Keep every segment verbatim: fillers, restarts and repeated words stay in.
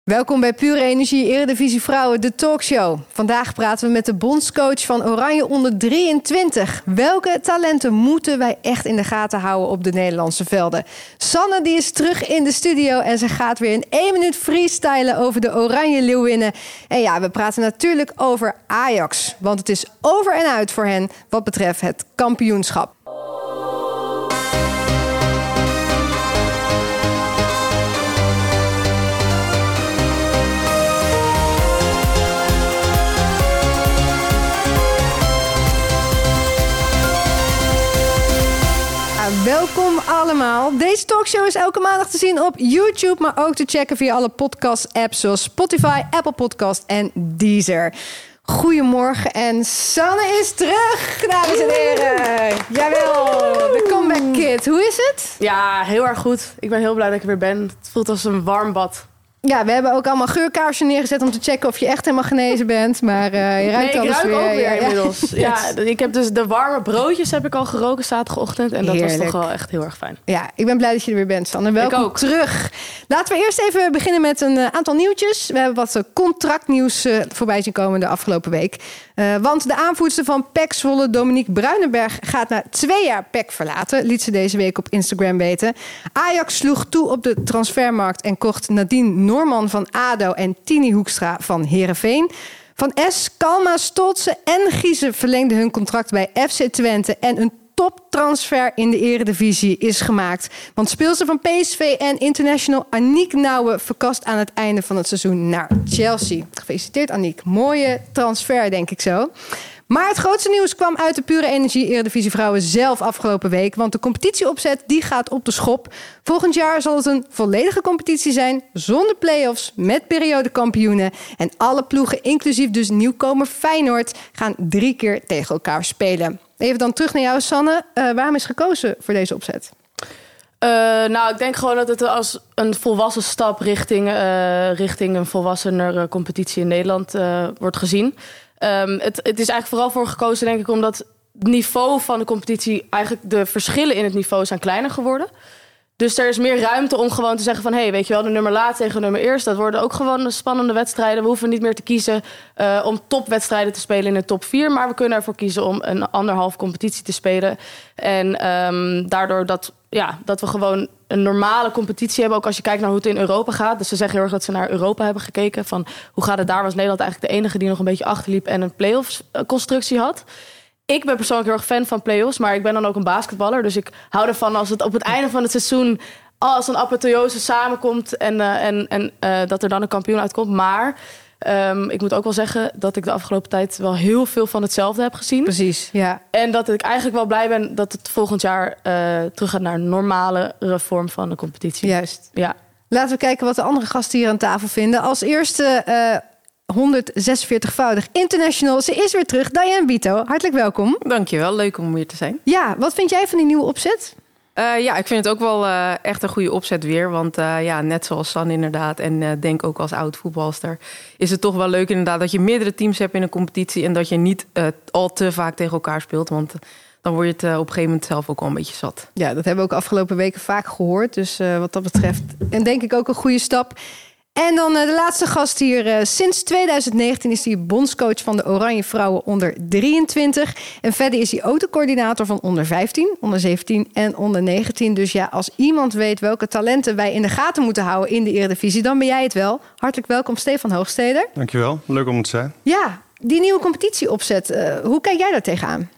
Welkom bij Pure Energie Eredivisie Vrouwen, de talkshow. Vandaag praten we met de bondscoach van Oranje onder drieëntwintig. Welke talenten moeten wij echt in de gaten houden op de Nederlandse velden? Sanne die is terug in de studio en ze gaat weer in één minuut freestylen over de Oranje Leeuwinnen. En ja, we praten natuurlijk over Ajax, want het is over en uit voor hen wat betreft het kampioenschap. Welkom allemaal. Deze talkshow is elke maandag te zien op YouTube, maar ook te checken via alle podcast-apps zoals Spotify, Apple Podcast en Deezer. Goedemorgen en Sanne is terug, dames en heren. Jawel, de comeback kid. Hoe is het? Ja, heel erg goed. Ik ben heel blij dat ik er weer ben. Het voelt als een warm bad. Ja, we hebben ook allemaal geurkaarsjes neergezet om te checken of je echt helemaal genezen bent. Maar uh, je ruikt nee, alles ik ruik weer. ook weer ja, inmiddels. Ja. Ja, ik heb dus de warme broodjes heb ik al geroken zaterdagochtend. En dat Heerlijk. was toch wel echt heel erg fijn. Ja, ik ben blij dat je er weer bent, Sanne. Welkom ik ook. terug. Laten we eerst even beginnen met een uh, aantal nieuwtjes. We hebben wat uh, contractnieuws uh, voorbij zien komen de afgelopen week. Uh, want de aanvoerster van P E C Zwolle, Dominique Bruinenberg, gaat na twee jaar P E C verlaten, liet ze deze week op Instagram weten. Ajax sloeg toe op de transfermarkt en kocht Nadine Norman van A D O en Tini Hoekstra van Heerenveen. Van Es, Kalma, Stoltze en Giese verlengden hun contract bij F C Twente en een toptransfer in de Eredivisie is gemaakt. Want speelster van P S V en international Aniek Nouwen verkast aan het einde van het seizoen naar Chelsea. Gefeliciteerd Aniek. Mooie transfer, denk ik zo. Maar het grootste nieuws kwam uit de Pure Energie Eredivisie Vrouwen zelf afgelopen week. Want de competitieopzet die gaat op de schop. Volgend jaar zal het een volledige competitie zijn, zonder play-offs, met periodekampioenen. En alle ploegen, inclusief dus nieuwkomer Feyenoord, gaan drie keer tegen elkaar spelen. Even dan terug naar jou, Sanne. Uh, waarom is gekozen voor deze opzet? Uh, nou, ik denk gewoon dat het als een volwassen stap richting, uh, richting een volwassener competitie in Nederland uh, wordt gezien. Um, het, het is eigenlijk vooral voor gekozen, denk ik, omdat het niveau van de competitie, eigenlijk de verschillen in het niveau zijn kleiner geworden. Dus er is meer ruimte om gewoon te zeggen van, hé, hey, weet je wel, de nummer laat tegen nummer eerst, dat worden ook gewoon spannende wedstrijden. We hoeven niet meer te kiezen uh, om topwedstrijden te spelen in de top vier, maar we kunnen ervoor kiezen om een anderhalf competitie te spelen. En um, daardoor dat, ja, dat we gewoon een normale competitie hebben, ook als je kijkt naar hoe het in Europa gaat. Dus ze zeggen heel erg dat ze naar Europa hebben gekeken, van hoe gaat het daar? Was Nederland eigenlijk de enige die nog een beetje achterliep en een play-offs constructie had. Ik ben persoonlijk heel erg fan van play-offs, maar ik ben dan ook een basketballer. Dus ik hou ervan als het op het einde van het seizoen als een apotheose samenkomt en, uh, en, en uh, dat er dan een kampioen uitkomt. Maar um, ik moet ook wel zeggen dat ik de afgelopen tijd wel heel veel van hetzelfde heb gezien. Precies, ja. En dat ik eigenlijk wel blij ben dat het volgend jaar uh, terug gaat naar een normale vorm van de competitie. Juist. Ja. Laten we kijken wat de andere gasten hier aan tafel vinden. Als eerste Uh... honderdzesenveertigvoudig international. Ze is weer terug. Diane Bito, hartelijk welkom. Dankjewel, leuk om hier te zijn. Ja, wat vind jij van die nieuwe opzet? Uh, ja, ik vind het ook wel uh, echt een goede opzet weer. Want uh, ja, net zoals San inderdaad, en uh, denk ook als oud voetbalster, is het toch wel leuk inderdaad dat je meerdere teams hebt in een competitie en dat je niet uh, al te vaak tegen elkaar speelt. Want uh, dan word je het uh, op een gegeven moment zelf ook al een beetje zat. Ja, dat hebben we ook afgelopen weken vaak gehoord. Dus uh, wat dat betreft, en denk ik ook een goede stap. En dan uh, de laatste gast hier. Uh, sinds twintig negentien is hij bondscoach van de Oranje Vrouwen onder drieëntwintig. En verder is hij ook de coördinator van onder vijftien, onder zeventien en onder negentien. Dus ja, als iemand weet welke talenten wij in de gaten moeten houden in de Eredivisie, dan ben jij het wel. Hartelijk welkom, Stefan Hoogsteder. Dankjewel, leuk om te zijn. Ja, die nieuwe competitieopzet. Uh, hoe kijk jij daar tegenaan?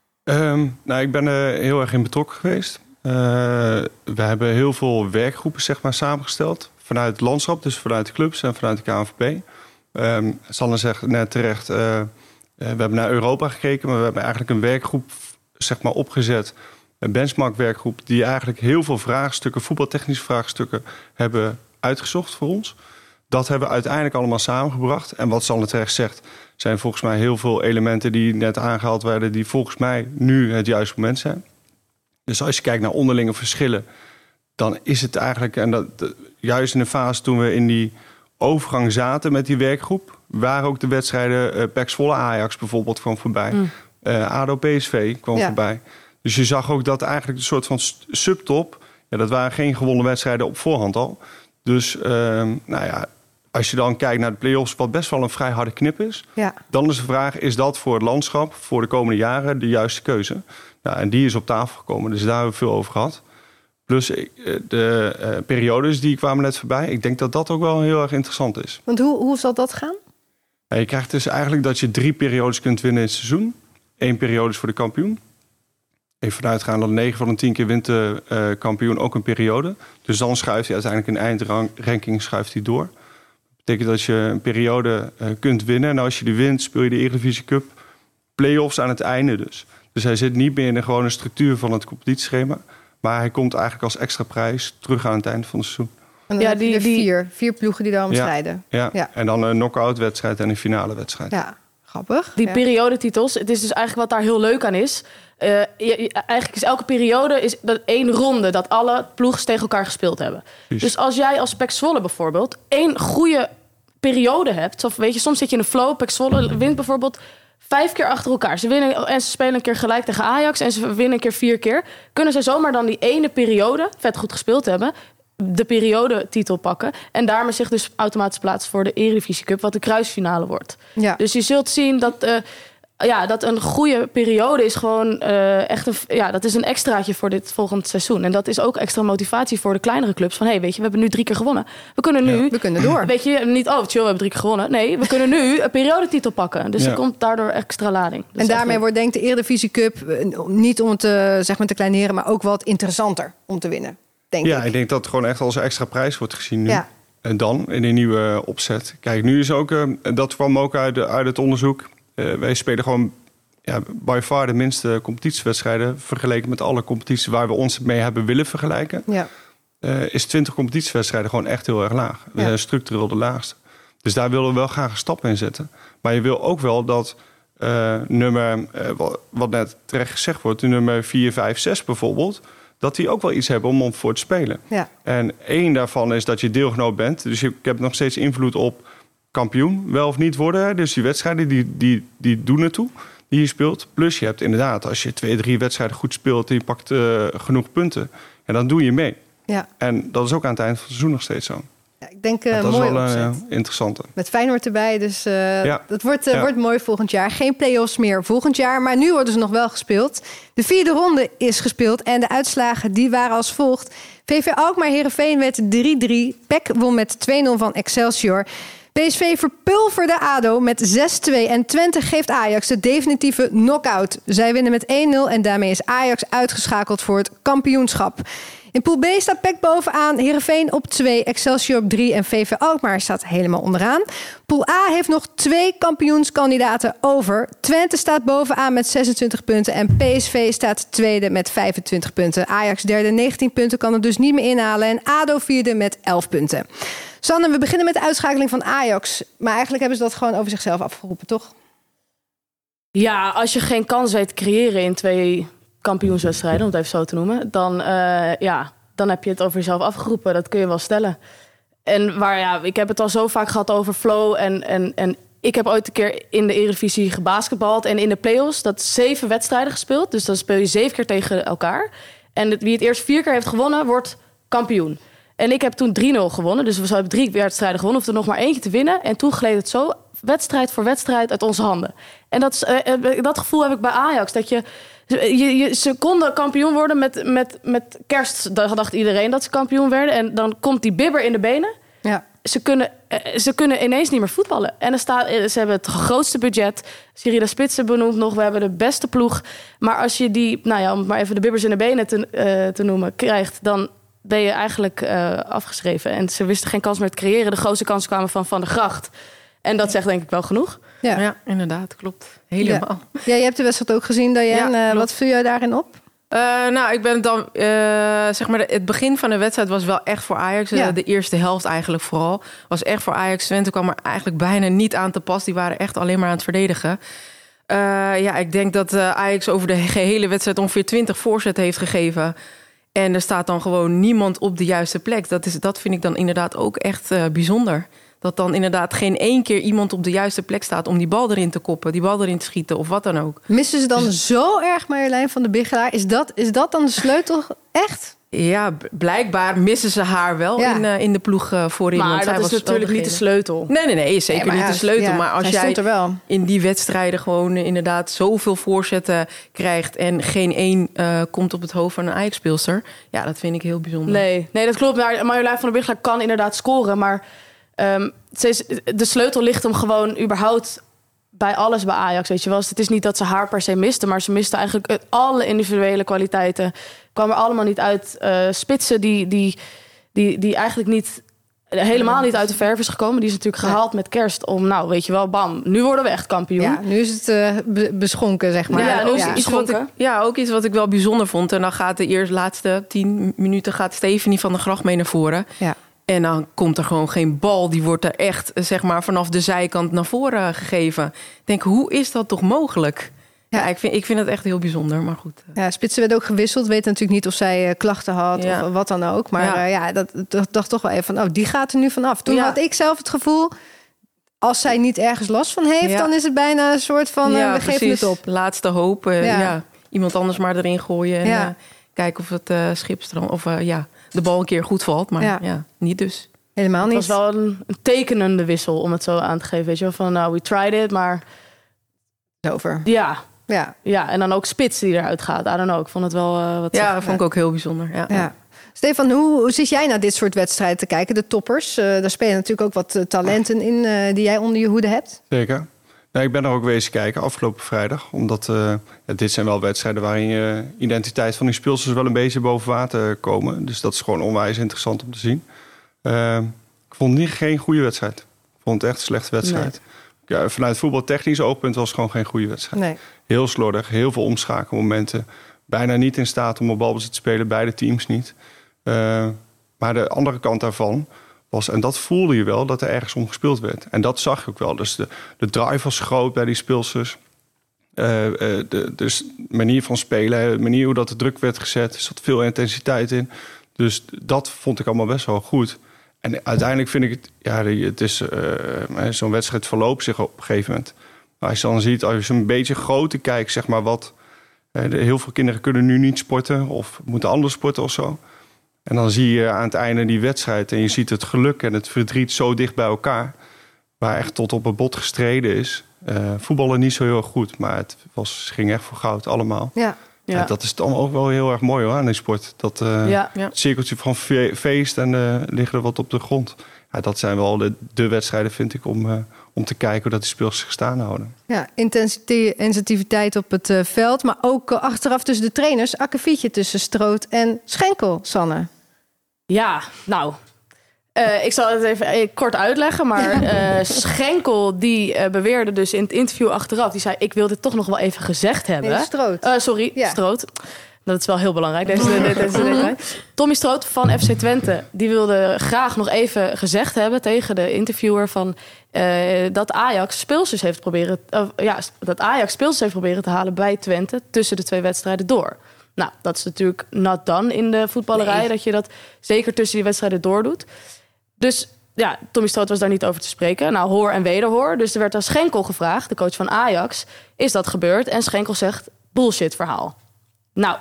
Um, nou, ik ben er heel erg in betrokken geweest. Uh, we hebben heel veel werkgroepen zeg maar, samengesteld. Vanuit het landschap, dus vanuit de clubs en vanuit de K N V B. Um, Sanne zegt net terecht, uh, uh, we hebben naar Europa gekeken, maar we hebben eigenlijk een werkgroep zeg maar, opgezet. Een benchmark-werkgroep die eigenlijk heel veel vraagstukken, voetbaltechnische vraagstukken, hebben uitgezocht voor ons. Dat hebben we uiteindelijk allemaal samengebracht. En wat Sanne terecht zegt, zijn volgens mij heel veel elementen die net aangehaald werden, die volgens mij nu het juiste moment zijn. Dus als je kijkt naar onderlinge verschillen, dan is het eigenlijk, en dat, juist in de fase toen we in die overgang zaten met die werkgroep, waren ook de wedstrijden uh, P E C Zwolle Ajax bijvoorbeeld kwam voorbij. Mm. Uh, A D O P S V kwam ja. voorbij. Dus je zag ook dat eigenlijk een soort van subtop, ja, dat waren geen gewonnen wedstrijden op voorhand al. Dus uh, nou ja, als je dan kijkt naar de play-offs, wat best wel een vrij harde knip is. Ja. Dan is de vraag, is dat voor het landschap, voor de komende jaren, de juiste keuze? Ja, en die is op tafel gekomen, dus daar hebben we veel over gehad. Plus de uh, periodes die kwamen net voorbij. Ik denk dat dat ook wel heel erg interessant is. Want hoe, hoe zal dat gaan? Ja, je krijgt dus eigenlijk dat je drie periodes kunt winnen in het seizoen. Eén periode is voor de kampioen. Even vanuitgaan dat negen van de tien keer wint de uh, kampioen ook een periode. Dus dan schuift hij uiteindelijk in eindranking schuift hij door. Dat betekent dat je een periode uh, kunt winnen. En als je die wint, speel je de Eredivisie Cup play-offs aan het einde dus. Dus hij zit niet meer in de gewone structuur van het competitieschema. Maar hij komt eigenlijk als extra prijs terug aan het einde van het seizoen. En dan ja, heb je die, er die... vier. Vier ploegen die daarom ja, strijden. Ja. Ja. En dan een knock-out wedstrijd en een finale wedstrijd. Ja, grappig. Die ja. periodetitels, het is dus eigenlijk wat daar heel leuk aan is. Uh, je, je, eigenlijk is elke periode is dat één ronde dat alle ploegen tegen elkaar gespeeld hebben. Precies. Dus als jij als P E C Zwolle bijvoorbeeld één goede periode hebt, of weet je, soms zit je in een flow. P E C Zwolle wint bijvoorbeeld vijf keer achter elkaar. Ze winnen en ze spelen een keer gelijk tegen Ajax en ze winnen een keer vier keer. Kunnen ze zomaar dan die ene periode vet goed gespeeld hebben, de periodetitel pakken en daarmee zich dus automatisch plaatsen voor de Eredivisie Cup, wat de kruisfinale wordt. Ja. Dus je zult zien dat, uh, ja, dat een goede periode is gewoon uh, echt een, ja, dat is een extraatje voor dit volgend seizoen. En dat is ook extra motivatie voor de kleinere clubs. Van, hey, weet je, we hebben nu drie keer gewonnen. We kunnen nu, ja, we kunnen door. Weet je, niet, oh, chill, we hebben drie keer gewonnen. Nee, we kunnen nu een periodetitel pakken. Dus ja. er komt daardoor extra lading. Dat en daarmee wordt denk ik de Eredivisie Cup niet om het te, zeg maar, te kleineren, maar ook wat interessanter om te winnen. Denk ja, ik. ik denk dat het gewoon echt als een extra prijs wordt gezien nu. Ja. En dan in een nieuwe opzet. Kijk, nu is ook, uh, dat kwam ook uit, de, uit het onderzoek. Uh, wij spelen gewoon ja, by far de minste competitiewedstrijden vergeleken met alle competities waar we ons mee hebben willen vergelijken. Ja. Uh, is twintig competitiewedstrijden gewoon echt heel erg laag. We Ja. zijn structureel de laagste. Dus daar willen we wel graag een stap in zetten. Maar je wil ook wel dat uh, nummer, uh, wat, wat net terecht gezegd wordt, de nummer vier, vijf, zes bijvoorbeeld, dat die ook wel iets hebben om voor te spelen. Ja. En één daarvan is dat je deelgenoot bent. Dus je, ik heb nog steeds invloed op kampioen, wel of niet worden. Dus die wedstrijden, die, die, die doen ertoe, die je speelt. Plus je hebt inderdaad, als je twee, drie wedstrijden goed speelt en je pakt uh, genoeg punten, en dan doe je mee. Ja. En dat is ook aan het eind van het seizoen nog steeds zo. Ja, ik denk uh, dat mooi is wel opzet. een uh, interessante. Met Feyenoord erbij, dus uh, ja. dat wordt, uh, ja. wordt mooi volgend jaar. Geen play-offs meer volgend jaar, maar nu worden ze nog wel gespeeld. De vierde ronde is gespeeld en de uitslagen die waren als volgt. V V Alkmaar Heerenveen werd drie drie. P E C won met twee nul van Excelsior. P S V verpulverde A D O met zes twee. En Twente geeft Ajax de definitieve knock-out. Zij winnen met één nul en daarmee is Ajax uitgeschakeld voor het kampioenschap. In Pool B staat P E C bovenaan, Heerenveen op twee, Excelsior op drie en V V Alkmaar staat helemaal onderaan. Pool A heeft nog twee kampioenskandidaten over. Twente staat bovenaan met zesentwintig punten en P S V staat tweede met vijfentwintig punten. Ajax derde, negentien punten, kan het dus niet meer inhalen en A D O vierde met elf punten. Sanne, we beginnen met de uitschakeling van Ajax. Maar eigenlijk hebben ze dat gewoon over zichzelf afgeroepen, toch? Ja, als je geen kans weet te creëren in twee kampioenswedstrijden, om het even zo te noemen, dan, uh, ja, dan heb je het over jezelf afgeroepen. Dat kun je wel stellen. En waar, ja, ik heb het al zo vaak gehad over flow. En, en, en ik heb ooit een keer in de Eredivisie gebasketbald en in de play-offs dat zeven wedstrijden gespeeld. Dus dan speel je zeven keer tegen elkaar. En het, wie het eerst vier keer heeft gewonnen, wordt kampioen. En ik heb toen drie nul gewonnen. Dus we hebben drie wedstrijden gewonnen. Of er nog maar eentje te winnen. En toen gleed het zo wedstrijd voor wedstrijd uit onze handen. En dat, uh, dat gevoel heb ik bij Ajax. Dat je, je, je, ze konden kampioen worden met, met, met kerst. Dacht iedereen dat ze kampioen werden. En dan komt die bibber in de benen. Ja. Ze kunnen, ze kunnen ineens niet meer voetballen. En er staat, ze hebben het grootste budget. Cyril Spitsen benoemd nog. We hebben de beste ploeg. Maar als je die, nou ja, om maar even de bibbers in de benen te, uh, te noemen, krijgt, dan ben je eigenlijk uh, afgeschreven. En ze wisten geen kans meer te creëren. De grootste kansen kwamen van Van der Gracht. En dat zegt denk ik wel genoeg. Ja, ja inderdaad, klopt. Helemaal. Ja. ja, je hebt de wedstrijd ook gezien, Diane. Ja, uh, wat viel jij daarin op? Uh, nou, ik ben dan, uh, zeg maar, de, het begin van de wedstrijd was wel echt voor Ajax. Ja. De eerste helft eigenlijk vooral. Was echt voor Ajax. Twente kwam er eigenlijk bijna niet aan te pas. Die waren echt alleen maar aan het verdedigen. Uh, ja, ik denk dat uh, Ajax over de gehele wedstrijd ongeveer twintig voorzet heeft gegeven. En er staat dan gewoon niemand op de juiste plek. Dat, is, dat vind ik dan inderdaad ook echt uh, bijzonder. Dat dan inderdaad geen één keer iemand op de juiste plek staat om die bal erin te koppen, die bal erin te schieten of wat dan ook. Missen ze dan dus... zo erg Marjolein van der Bigelaar? Is dat, is dat dan de sleutel? Echt? Ja, blijkbaar missen ze haar wel ja. in, uh, in de ploeg uh, voorin. Maar want dat zij is was natuurlijk niet de sleutel. Nee, nee, nee, zeker nee, niet ja, de sleutel. Ja, maar als jij wel. in die wedstrijden gewoon uh, inderdaad zoveel voorzetten krijgt en geen één uh, komt op het hoofd van een Ajax-speelster, ja, dat vind ik heel bijzonder. Nee, nee, dat klopt. Marjolein van der Bigelaar kan inderdaad scoren, maar um, de sleutel ligt hem gewoon überhaupt bij alles bij Ajax, weet je wel. Dus het is niet dat ze haar per se miste, maar ze miste eigenlijk het, alle individuele kwaliteiten. Kwam er allemaal niet uit. Uh, spitsen die, die, die, die eigenlijk niet helemaal niet uit de verf is gekomen. Die is natuurlijk gehaald met kerst om, nou, weet je wel, bam, nu worden we echt kampioen. Ja, nu is het uh, be- beschonken, zeg maar. Ja, ja, nu is ja. het iets wat ik, ja, ook iets wat ik wel bijzonder vond. En dan gaat de eerste laatste tien minuten gaat Stephanie van der Gracht mee naar voren. Ja. En dan komt er gewoon geen bal. Die wordt er echt, zeg maar, vanaf de zijkant naar voren gegeven. Ik denk, hoe is dat toch mogelijk? Ja, ja ik, vind, ik vind het echt heel bijzonder, maar goed. Ja, Spitsen werd ook gewisseld. Weet natuurlijk niet of zij uh, klachten had ja. of wat dan ook. Maar ja, uh, ja dat, dat dacht toch wel even van, oh, die gaat er nu vanaf. Toen ja. had ik zelf het gevoel, als zij niet ergens last van heeft, ja. dan is het bijna een soort van, uh, ja, we precies. geven het op. Laatste hoop. Uh, ja. Ja, iemand anders maar erin gooien en ja. uh, kijken of het uh, schipstrand of uh, ja, de bal een keer goed valt. Maar ja, ja niet dus. Helemaal niet. Het was wel een, een tekenende wissel, om het zo aan te geven. Weet je wel, van nou, we tried it, maar over. Ja. Ja. Ja, en dan ook Spits die eruit gaat. I don't know, ik vond het wel uh, wat... Ja, dat vond ik ook heel bijzonder. Ja. Ja. Stefan, hoe, hoe zit jij naar dit soort wedstrijden te kijken? De toppers, uh, daar spelen natuurlijk ook wat uh, talenten in uh, die jij onder je hoede hebt. Zeker. Nou, ik ben er ook wezen kijken afgelopen vrijdag. Omdat uh, ja, dit zijn wel wedstrijden waarin je identiteit van die speelsters wel een beetje boven water komen. Dus dat is gewoon onwijs interessant om te zien. Uh, ik vond het niet geen goede wedstrijd. Ik vond het echt een slechte wedstrijd. Nee. Ja, vanuit voetbaltechnisch oogpunt was het gewoon geen goede wedstrijd. Nee. Heel slordig, heel veel omschakelmomenten. Bijna niet in staat om op balbezit te spelen, beide teams niet. Uh, maar de andere kant daarvan was, en dat voelde je wel, dat er ergens om gespeeld werd. En dat zag je ook wel. Dus de, de drive was groot bij die speelsters. Uh, uh, de, dus manier van spelen, de manier hoe dat de druk werd gezet, er zat veel intensiteit in. Dus dat vond ik allemaal best wel goed. En uiteindelijk vind ik het, ja, het is uh, zo'n wedstrijd verloopt zich op een gegeven moment. Maar als je dan ziet, als je een beetje groter kijkt, zeg maar wat. Uh, heel veel kinderen kunnen nu niet sporten of moeten anders sporten of zo. En dan zie je aan het einde die wedstrijd en je ziet het geluk en het verdriet zo dicht bij elkaar. Waar echt tot op het bot gestreden is. Uh, voetballen niet zo heel erg goed, maar het was, ging echt voor goud allemaal. Ja. Ja. Ja, dat is dan ook wel heel erg mooi hoor, aan die sport. Dat uh, ja, ja. het cirkeltje van fe- feest en uh, liggen er wat op de grond. Ja, dat zijn wel de, de wedstrijden, vind ik, om, uh, om te kijken hoe dat die speelsters zich staan houden. Ja, intensiteit op het uh, veld, maar ook uh, achteraf tussen de trainers. Akkefietje tussen Stroot en Schenkel, Sanne. Ja, nou... Uh, ik zal het even kort uitleggen, maar uh, Schenkel die uh, beweerde dus in het interview achteraf, die zei, ik wil dit toch nog wel even gezegd hebben. Nee, Stroot. Uh, sorry, ja. Stroot. Dat is wel heel belangrijk, deze, deze, deze detail. Tommy Stroot van F C Twente, die wilde graag nog even gezegd hebben tegen de interviewer van uh, dat Ajax speelsters heeft proberen, uh, ja, dat Ajax speelsters heeft proberen te halen bij Twente tussen de twee wedstrijden door. Nou, dat is natuurlijk not done in de voetballerij, nee. Dat je dat zeker tussen die wedstrijden doordoet. Dus ja, Tommy Stroot was daar niet over te spreken. Nou, hoor en wederhoor. Dus er werd aan Schenkel gevraagd, de coach van Ajax, is dat gebeurd? En Schenkel zegt, bullshit verhaal. Nou,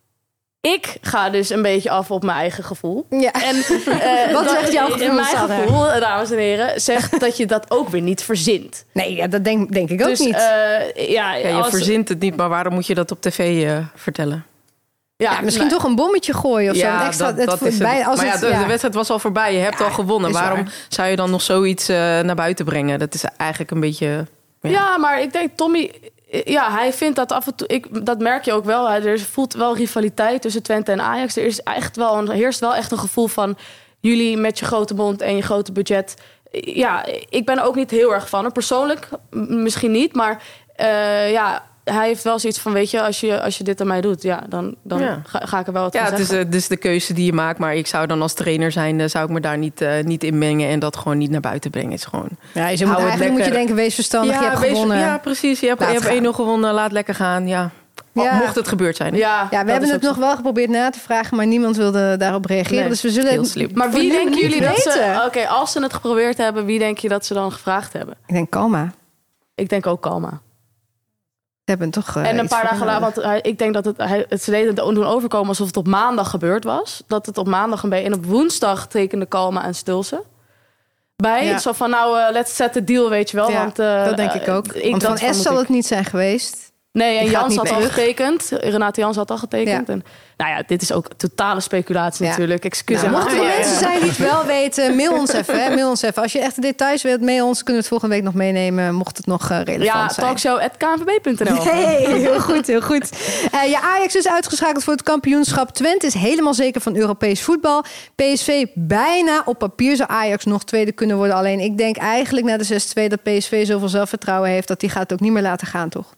ik ga dus een beetje af op mijn eigen gevoel. Ja. En uh, wat zegt jouw gevoel? Mijn gevoel, dames en heren, zegt dat je dat ook weer niet verzint. Nee, ja, dat denk, denk ik ook dus, niet. Uh, ja, ja, je als... verzint het niet, maar waarom moet je dat op tv uh, vertellen? Ja, ja, misschien nee. toch een bommetje gooien of ja, zo. Extra, dat, dat het, bij, als maar het, ja, de, ja. de wedstrijd was al voorbij. Je hebt ja, al gewonnen. Waarom waar. zou je dan nog zoiets uh, naar buiten brengen? Dat is eigenlijk een beetje... Ja, ja maar ik denk Tommy... Ja, hij vindt dat af en toe... Ik, dat merk je ook wel. Er voelt wel rivaliteit tussen Twente en Ajax. Er is echt wel een, heerst wel echt een gevoel van... jullie met je grote mond en je grote budget. Ja, ik ben er ook niet heel erg van. Persoonlijk misschien niet, maar uh, ja... Hij heeft wel zoiets van, weet je, als je, als je dit aan mij doet, ja, dan, dan ja. Ga, ga ik er wel wat ja, van zeggen. Ja, het is de keuze die je maakt, maar ik zou dan als trainer zijn, zou ik me daar niet, uh, niet in mengen en dat gewoon niet naar buiten brengen. Het is gewoon. Ja, je moet, eigenlijk moet je denken, wees verstandig, ja, je hebt wees, gewonnen. Ja, precies. Je hebt, je hebt één nul gewonnen, laat lekker gaan. Ja. Ja. Mocht het gebeurd zijn. Hè? Ja, Ja, we hebben het nog wel geprobeerd na te vragen, maar niemand wilde daarop reageren. Nee, dus we zullen heel het slim. Maar wie denken jullie dat ze... weten? Oké, okay, als ze het geprobeerd hebben, wie denk je dat ze dan gevraagd hebben? Ik denk Kalma. Ik denk ook Kalma. We hebben toch. Uh, en een iets paar voor dagen later, want hij, ik denk dat het, hij, het ze deden het doen overkomen alsof het op maandag gebeurd was. Dat het op maandag een beetje. En op woensdag tekende Kalma en Stulse bij. Ja. Zo van, nou, uh, let's set the deal, weet je wel. Ja, want, uh, dat denk ik ook. Uh, ik, want dat Van S zal ik. het niet zijn geweest. Nee, en Die gaat Jans niet had al weg. getekend. Renate Jans had al getekend. Ja. En, nou ja, dit is ook totale speculatie Ja. natuurlijk. Excuus. Nou, mochten er maar- mensen zijn die het wel weten, mail ons even. Hè? Mail ons even. Als je echt de details wilt, mail ons. Kunnen we het volgende week nog meenemen, mocht het nog uh, relevant Ja, zijn. talkshow at k n v b punt n l. Hey, heel goed, heel goed. Uh, ja, Ajax is uitgeschakeld voor het kampioenschap. Twente is helemaal zeker van Europees voetbal. P S V bijna. Op papier zou Ajax nog tweede kunnen worden. Alleen ik denk eigenlijk na de zes twee dat P S V zoveel zelfvertrouwen heeft dat die gaat het ook niet meer laten gaan, toch?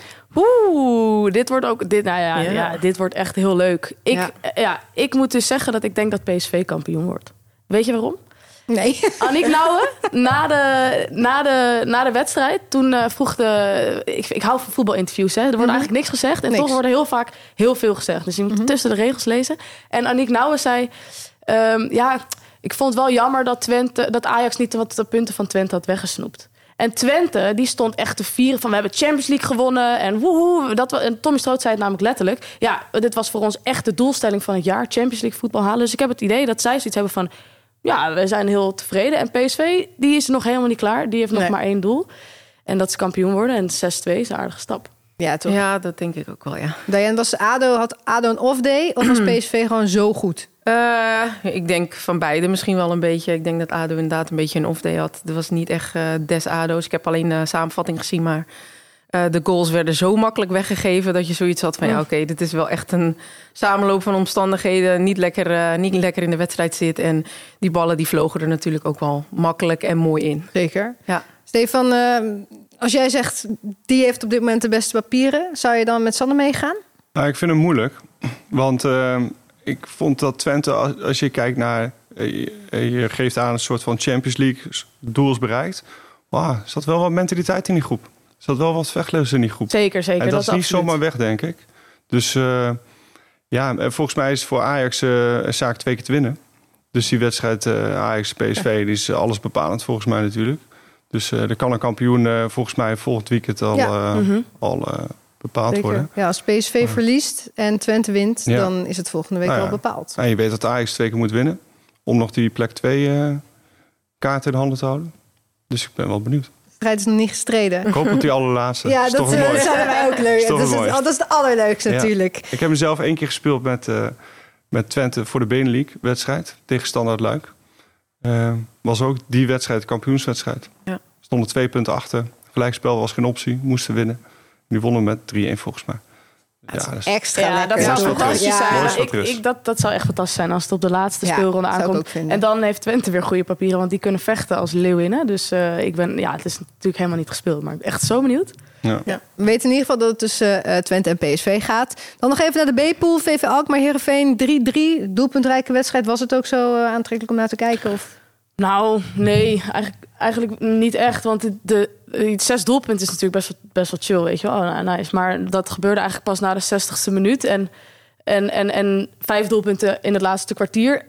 Oeh, dit wordt ook. Dit, nou ja, ja. Ja. dit wordt echt heel leuk. Ik, Ja. ja. ik moet dus zeggen dat ik denk dat P S V kampioen wordt. Weet je waarom? Nee. Aniek Nouwen, na de, na, de, na de wedstrijd, toen uh, vroeg de... Ik, ik hou van voetbalinterviews, hè. Er wordt Mm-hmm. eigenlijk niks gezegd. En Niks. toch wordt er heel vaak heel veel gezegd. Dus je moet Mm-hmm. tussen de regels lezen. En Aniek Nouwen zei... Um, ja, ik vond het wel jammer dat, Twente, dat Ajax niet wat de punten van Twente had weggesnoept. En Twente, die stond echt te vieren van... we hebben Champions League gewonnen en woehoe. Dat, en Tommy Stroot zei het namelijk letterlijk. Ja, dit was voor ons echt de doelstelling van het jaar. Champions League voetbal halen. Dus ik heb het idee dat zij zoiets hebben van... ja, we zijn heel tevreden. En P S V, die is nog helemaal niet klaar. Die heeft nog Nee. maar één doel. En dat is kampioen worden. En zes twee is een aardige stap. Ja, toch? Ja, dat denk ik ook wel, ja. Diane, was ADO, had ADO een off-day of was P S V gewoon zo goed? Uh, ik denk van beide misschien wel een beetje. Ik denk dat ADO inderdaad een beetje een off-day had. Er was niet echt uh, des ADO's. Ik heb alleen de samenvatting gezien, maar uh, de goals werden zo makkelijk weggegeven dat je zoiets had van ja, oké, okay, dit is wel echt een samenloop van omstandigheden. Niet lekker, uh, niet lekker in de wedstrijd zit. En die ballen die vlogen er natuurlijk ook wel makkelijk en mooi in. Zeker. Ja. Stefan, uh, als jij zegt die heeft op dit moment de beste papieren, zou je dan met Sanne meegaan? Nou, ik vind het moeilijk. Want uh, ik vond dat Twente, als je kijkt naar... Je, je geeft aan een soort van Champions League doels bereikt. Wow, er zat wel wat mentaliteit in die groep. Er zat wel wat vechtlust in die groep. Zeker, zeker. En dat, dat is niet absoluut. zomaar weg, denk ik. Dus uh, ja, volgens mij is het voor Ajax uh, een zaak twee keer te winnen. Dus die wedstrijd uh, Ajax-P S V, die is alles bepalend volgens mij natuurlijk. Dus uh, er kan een kampioen uh, volgens mij volgend weekend al, Ja. uh, Mm-hmm. al uh, bepaald Zeker. worden. Ja, als P S V verliest en Twente wint, Ja. dan is het volgende week Nou al ja. bepaald. En je weet dat Ajax twee keer moet winnen om nog die plek twee uh, kaart in de handen te houden. Dus ik ben wel benieuwd. De strijd is nog niet gestreden. Ik hoop dat die allerlaatste. Ja, is dat, toch een uh, mooi. zouden wij ook leuk. Is toch Dat is, een het, mooi. dat is de allerleukste Ja. natuurlijk. Ik heb mezelf één keer gespeeld met, uh, met Twente voor de Benelink-wedstrijd. Tegen Standaard Luik. Uh, was ook die wedstrijd, de kampioenswedstrijd. Ja. Stonden twee punten achter. Gelijkspel was geen optie. Moesten winnen. Die wonnen met drie-een volgens mij. Dat Ja, is dus- extra Ja, lekker. dat zou Ja, dat is fantastisch wat zijn. rust. Ja, ik, Rust. ik, dat, dat zou echt fantastisch zijn als het op de laatste Ja, speelronde zou ik aankomt. ook vinden. En dan heeft Twente weer goede papieren, want die kunnen vechten als leeuwinnen. Dus uh, ik ben, ja, het is natuurlijk helemaal niet gespeeld, maar ik ben echt zo benieuwd. Ja. Ja. We weten in ieder geval dat het tussen uh, Twente en P S V gaat. Dan nog even naar de B-pool. V V Alkmaar, Heerenveen drie drie. Doelpuntrijke wedstrijd. Was het ook zo uh, aantrekkelijk om naar te kijken? Of? Nou, nee, eigenlijk, eigenlijk niet echt. Want de, de, de zes doelpunten is natuurlijk best wel, best wel chill, weet je wel. Oh, nou, nice. Maar dat gebeurde eigenlijk pas na de zestigste minuut. En, en, en, en vijf doelpunten in het laatste kwartier.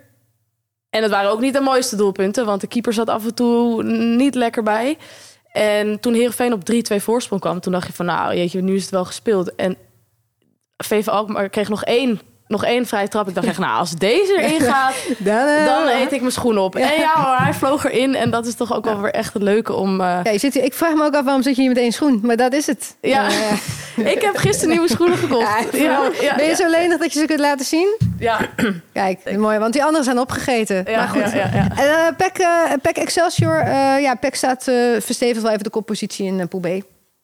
En het waren ook niet de mooiste doelpunten. Want de keeper zat af en toe niet lekker bij. En toen Heerenveen op drie twee voorsprong kwam... toen dacht je van, nou jeetje, nu is het wel gespeeld. En V V Alkmaar kreeg nog één... Nog één vrije trap. Ik dacht echt, nou, als deze erin gaat, Dan, uh, dan eet ik mijn schoen op. En ja hoor, hij vloog erin. En dat is toch ook wel weer echt het leuke om... Uh... Ja, je zit hier, ik vraag me ook af, waarom zit je hier met één schoen? Maar dat is het. Ja, Uh, ja. ik heb gisteren nieuwe schoenen gekocht. Ja, ja, ben je ja. zo lenig dat je ze kunt laten zien? Ja, Kijk, mooi, want die anderen zijn opgegeten. ja, maar goed. ja, ja, ja. En uh, P E C, uh, P E C Excelsior, uh, ja, P E C staat uh, verstevigd wel even de koppositie in uh, Pool B.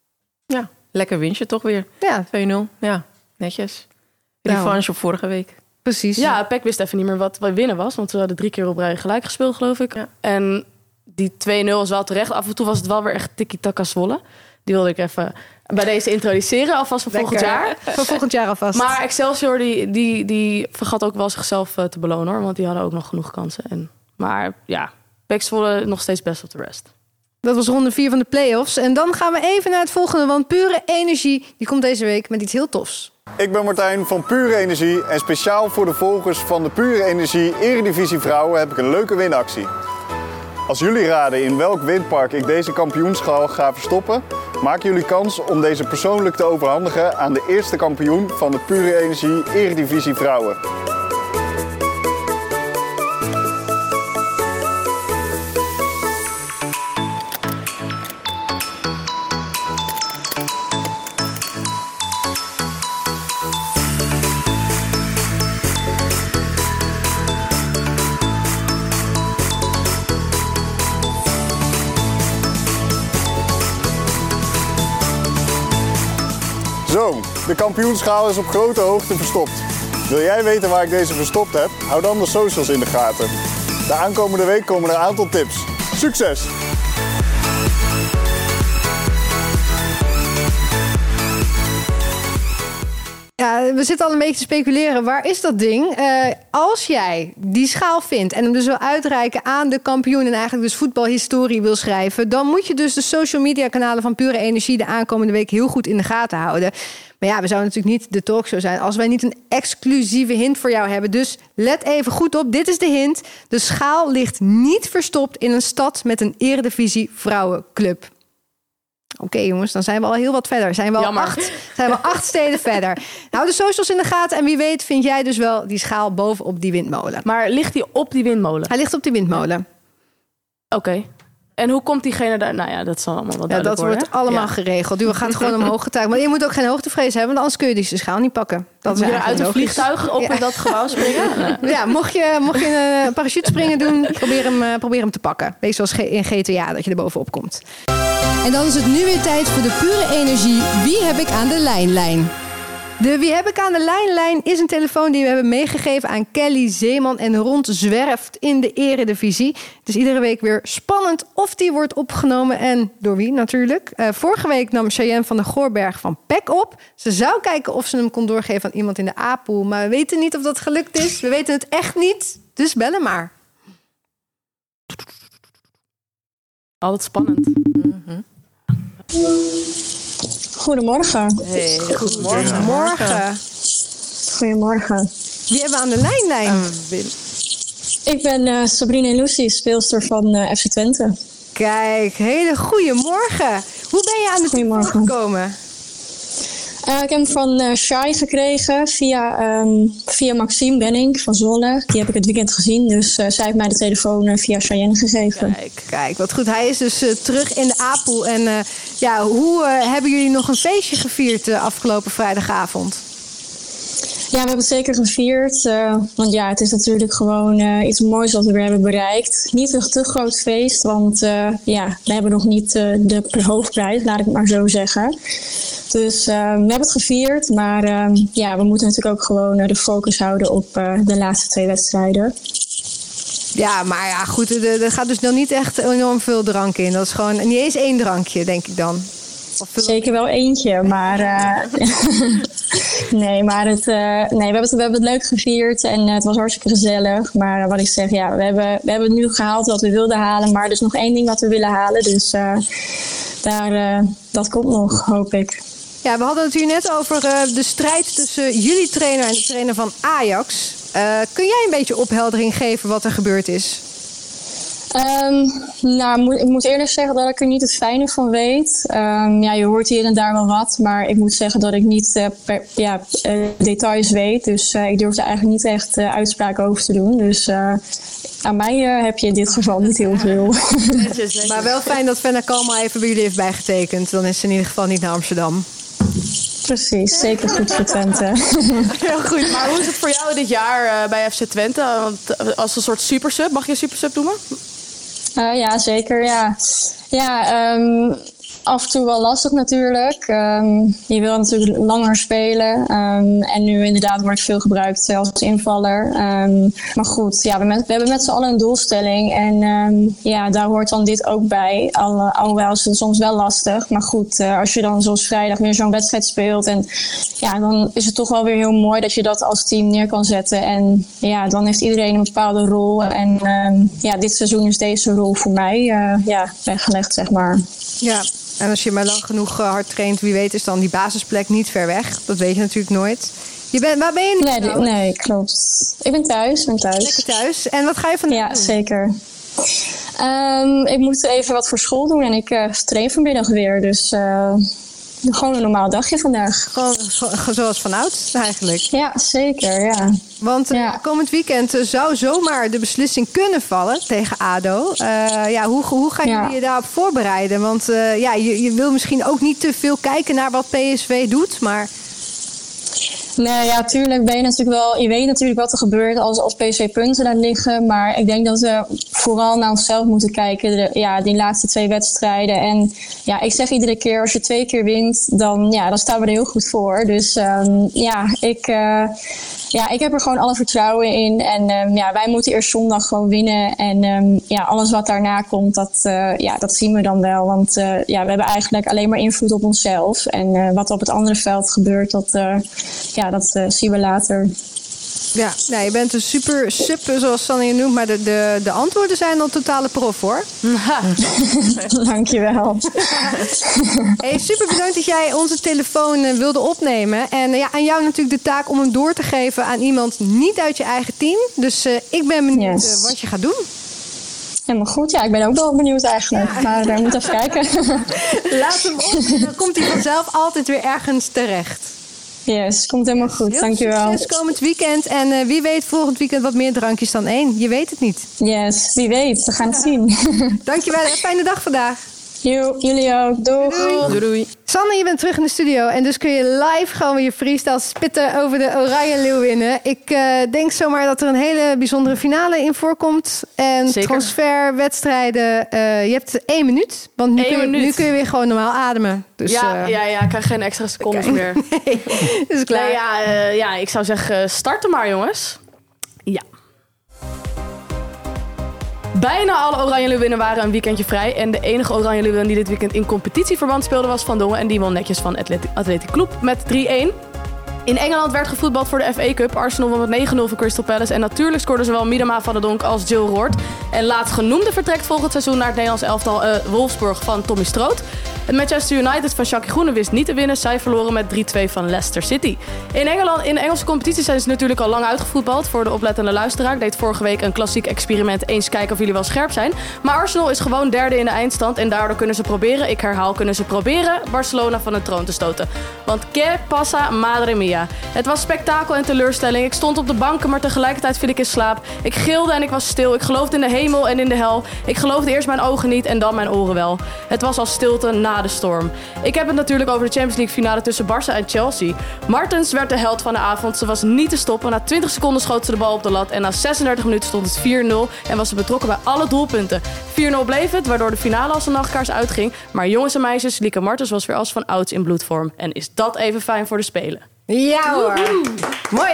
Ja, lekker winstje toch weer. Ja, twee nul, ja, netjes. Nou. Revanche op vorige week. precies. Ja, P E C wist even niet meer wat winnen was. Want we hadden drie keer op rij gelijk gespeeld, geloof ik. Ja. En die twee nul was wel terecht. Af en toe was het wel weer echt tiki-taka Zwolle. Die wilde ik even bij deze introduceren. Alvast voor Lekker. volgend jaar. Voor volgend jaar alvast. Maar Excelsior, die, die, die vergat ook wel zichzelf uh, te belonen, hoor. Want die hadden ook nog genoeg kansen. En, maar ja, P E C Zwolle nog steeds best op de rest. Dat was ronde vier van de play-offs. En dan gaan we even naar het volgende, want Pure Energie die komt deze week met iets heel tofs. Ik ben Martijn van Pure Energie en speciaal voor de volgers van de Pure Energie Eredivisie Vrouwen heb ik een leuke winactie. Als jullie raden in welk windpark ik deze kampioenschaal ga verstoppen, maken jullie kans om deze persoonlijk te overhandigen aan de eerste kampioen van de Pure Energie Eredivisie Vrouwen. Zo, de kampioenschaal is op grote hoogte verstopt. Wil jij weten waar ik deze verstopt heb? Hou dan de socials in de gaten. De aankomende week komen er een aantal tips. Succes! Ja, we zitten al een beetje te speculeren. Waar is dat ding? Uh, als jij die schaal vindt en hem dus wil uitreiken aan de kampioen en eigenlijk dus voetbalhistorie wil schrijven, dan moet je dus de social media kanalen van Pure Energie de aankomende week heel goed in de gaten houden. Maar ja, we zouden natuurlijk niet de talkshow zijn als wij niet een exclusieve hint voor jou hebben. Dus let even goed op, dit is de hint. De schaal ligt niet verstopt in een stad met een Eredivisie vrouwenclub. Oké okay, jongens, dan zijn we al heel wat verder. Zijn we al acht, zijn we acht steden verder. Nou, de socials in de gaten en wie weet vind jij dus wel die schaal bovenop die windmolen. Maar ligt die op die windmolen? Hij ligt op die windmolen. Oké. Okay. En hoe komt diegene daar? Nou ja, dat zal allemaal wat ja, dat worden. wordt allemaal ja. geregeld. Je gaat gewoon omhoog getuigen. Maar je moet ook geen hoogtevrees hebben, want anders kun je dus de schaal niet pakken. Dat moet je uit een vliegtuig op ja. dat gebouw springen? Ja, mocht je, mocht je een parachute springen doen, probeer hem, probeer hem te pakken. Wees zoals in G T A, dat je er bovenop komt. En dan is het nu weer tijd voor de Pure Energie. Wie heb ik aan de lijnlijn? De Wie heb ik aan de lijnlijn is een telefoon die we hebben meegegeven aan Kelly Zeeman en rondzwerft in de Eredivisie. Het is iedere week weer spannend of die wordt opgenomen en door wie natuurlijk. Uh, vorige week nam Cheyenne van der Goorberg van P E C op. Ze zou kijken of ze hem kon doorgeven aan iemand in de A-pool, maar we weten niet of dat gelukt is. We weten het echt niet, dus bel hem maar. Altijd spannend. Mm-hmm. Goedemorgen. Hey, goedemorgen. Goedemorgen. Goedemorgen. Wie hebben we aan de lijnlijn? Uh, Ik ben uh, Sabrina Lucy, speelster van uh, F C Twente. Kijk, hele goedemorgen. Hoe ben je aan de telefoon gekomen? Uh, ik heb hem van uh, Shai gekregen via, um, via Maxime Benning van Zwolle. Die heb ik het weekend gezien, dus uh, zij heeft mij de telefoon uh, via Cheyenne gegeven. Kijk, kijk, wat goed. Hij is dus uh, terug in de A-pool. En uh, ja, hoe uh, hebben jullie nog een feestje gevierd uh, afgelopen vrijdagavond? Ja, we hebben het zeker gevierd. Uh, want ja, het is natuurlijk gewoon uh, iets moois wat we weer hebben bereikt. Niet een te groot feest, want uh, ja, we hebben nog niet uh, de hoofdprijs, laat ik het maar zo zeggen. Dus uh, we hebben het gevierd, maar uh, ja, we moeten natuurlijk ook gewoon uh, de focus houden op uh, de laatste twee wedstrijden. Ja, maar ja, goed, er, er gaat dus nog niet echt enorm veel drank in. Dat is gewoon niet eens één drankje, denk ik dan. Veel... Zeker wel eentje, maar uh, nee, maar het, uh, nee, we, hebben het, we hebben het leuk gevierd en uh, het was hartstikke gezellig. Maar uh, wat ik zeg, ja, we hebben, we hebben nu gehaald wat we wilden halen, maar er is nog één ding wat we willen halen. Dus uh, daar, uh, dat komt nog, hoop ik. Ja, we hadden het hier net over uh, de strijd tussen jullie trainer en de trainer van Ajax. Uh, kun jij een beetje opheldering geven wat er gebeurd is? Um, nou, ik moet eerlijk zeggen dat ik er niet het fijne van weet. Um, ja, je hoort hier en daar wel wat, maar ik moet zeggen dat ik niet uh, per, ja, uh, details weet. Dus uh, ik durf er eigenlijk niet echt uh, uitspraken over te doen. Dus uh, aan mij uh, heb je in dit geval niet heel veel. Maar wel fijn dat Fenna Kalma even bij jullie heeft bijgetekend. Dan is ze in ieder geval niet naar Amsterdam. Precies, zeker goed voor Twente. Heel goed. Maar hoe is het voor jou dit jaar uh, bij F C Twente? Want als een soort supersub, mag je een supersub noemen? Uh, ja, zeker. Ja, ja um, af en toe wel lastig natuurlijk. Um, je wil natuurlijk langer spelen. Um, en nu inderdaad word ik veel gebruikt als invaller. Um, maar goed, ja, we, met, we hebben met z'n allen een doelstelling. En um, ja, daar hoort dan dit ook bij. Al, alhoewel is het soms wel lastig. Maar goed, uh, als je dan zoals vrijdag weer zo'n wedstrijd speelt. En ja, dan is het toch wel weer heel mooi dat je dat als team neer kan zetten. En ja, dan heeft iedereen een bepaalde rol. En um, ja, dit seizoen is deze rol voor mij uh, ja, weggelegd, zeg maar. Ja, en als je maar lang genoeg uh, hard traint, wie weet is dan die basisplek niet ver weg. Dat weet je natuurlijk nooit. Je bent, waar ben je nu? Nee, nou? nee, klopt. Ik ben thuis, ben thuis. Lekker thuis. En wat ga je vandaag ja, doen? Ja, zeker. Um, ik moet even wat voor school doen en ik uh, train vanmiddag weer. Dus uh, gewoon een normaal dagje vandaag. Gewoon zoals vanouds eigenlijk. Ja, zeker, ja. Want uh, ja. komend weekend uh, zou zomaar de beslissing kunnen vallen tegen A D O. Uh, ja, hoe, hoe gaan jullie ja. je daarop voorbereiden? Want uh, ja, je, je wil misschien ook niet te veel kijken naar wat P S V doet, maar... Nee, ja, tuurlijk ben je natuurlijk wel... Je weet natuurlijk wat er gebeurt als, als P S V punten laat liggen. Maar ik denk dat we vooral naar onszelf moeten kijken. De, ja, die laatste twee wedstrijden. En ja, ik zeg iedere keer, als je twee keer wint, dan, ja, dan staan we er heel goed voor. Dus um, ja, ik, uh, ja, ik heb er gewoon alle vertrouwen in. En um, ja, wij moeten eerst zondag gewoon winnen. En um, ja, alles wat daarna komt, dat, uh, ja, dat zien we dan wel. Want uh, ja, we hebben eigenlijk alleen maar invloed op onszelf. En uh, wat op het andere veld gebeurt, dat... Uh, ja, dat uh, zien we later. Ja, nou, je bent een super sub, zoals Sanne je noemt. Maar de, de, de antwoorden zijn dan totale prof, hoor. Dankjewel. Hey, super bedankt dat jij onze telefoon uh, wilde opnemen. En uh, ja, aan jou natuurlijk de taak om hem door te geven aan iemand niet uit je eigen team. Dus uh, ik ben benieuwd yes. uh, wat je gaat doen. Helemaal goed. Ja, ik ben ook wel benieuwd eigenlijk. Ja. Maar daar uh, moet even kijken. Laat hem op. Dan komt hij vanzelf altijd weer ergens terecht. Yes, komt helemaal goed. Heel Dankjewel. Succes komend weekend. En uh, wie weet volgend weekend wat meer drankjes dan één. Je weet het niet. Yes, wie weet. We gaan het zien. Dankjewel. Een fijne dag vandaag. Jo, jullie ook. Doeg. Doei. Doei. Doei. Sanne, je bent terug in de studio. En dus kun je live gewoon weer je freestyle spitten over de Oranje Leeuwinnen. Ik uh, denk zomaar dat er een hele bijzondere finale in voorkomt. En Zeker. transferwedstrijden. Uh, je hebt één minuut. Want nu, kun je, nu kun je weer gewoon normaal ademen. Dus, ja, uh, ja, ja, ik krijg geen extra secondes okay. meer. Nee, is klaar. Nee, ja, uh, ja, ik zou zeggen, starten maar, jongens. Ja. Bijna alle Oranje Leeuwinnen waren een weekendje vrij. En de enige Oranje Leeuwin die dit weekend in competitieverband speelde was Van Dongen. En die won netjes van Athletic Club met drie-één. In Engeland werd gevoetbald voor de F A Cup. Arsenal won met negen nul van Crystal Palace. En natuurlijk scoorden zowel Miedema van der Donk als Jill Roord. En laatstgenoemde vertrekt volgend seizoen naar het Nederlands elftal uh, Wolfsburg van Tommy Stroot. Het Manchester United van Shaki Groene wist niet te winnen. Zij verloren met drie-twee van Leicester City. In Engeland, in de Engelse competitie zijn ze natuurlijk al lang uitgevoetbald. Voor de oplettende luisteraar. Ik deed vorige week een klassiek experiment. Eens kijken of jullie wel scherp zijn. Maar Arsenal is gewoon derde in de eindstand. En daardoor kunnen ze proberen, ik herhaal, kunnen ze proberen Barcelona van de troon te stoten. Want que pasa madre mia. Het was spektakel en teleurstelling. Ik stond op de banken, maar tegelijkertijd viel ik in slaap. Ik gilde en ik was stil. Ik geloofde in de hemel en in de hel. Ik geloofde eerst mijn ogen niet en dan mijn oren wel. Het was als stilte na de storm. Ik heb het natuurlijk over de Champions League finale tussen Barça en Chelsea. Martens werd de held van de avond. Ze was niet te stoppen. Na twintig seconden schoot ze de bal op de lat. En na zesendertig minuten stond het vier nul. En was ze betrokken bij alle doelpunten. vier nul bleef het, waardoor de finale als een nachtkaars uitging. Maar jongens en meisjes, Lieke Martens was weer als van ouds in bloedvorm. En is dat even fijn voor de Spelen? Ja hoor. Mooi.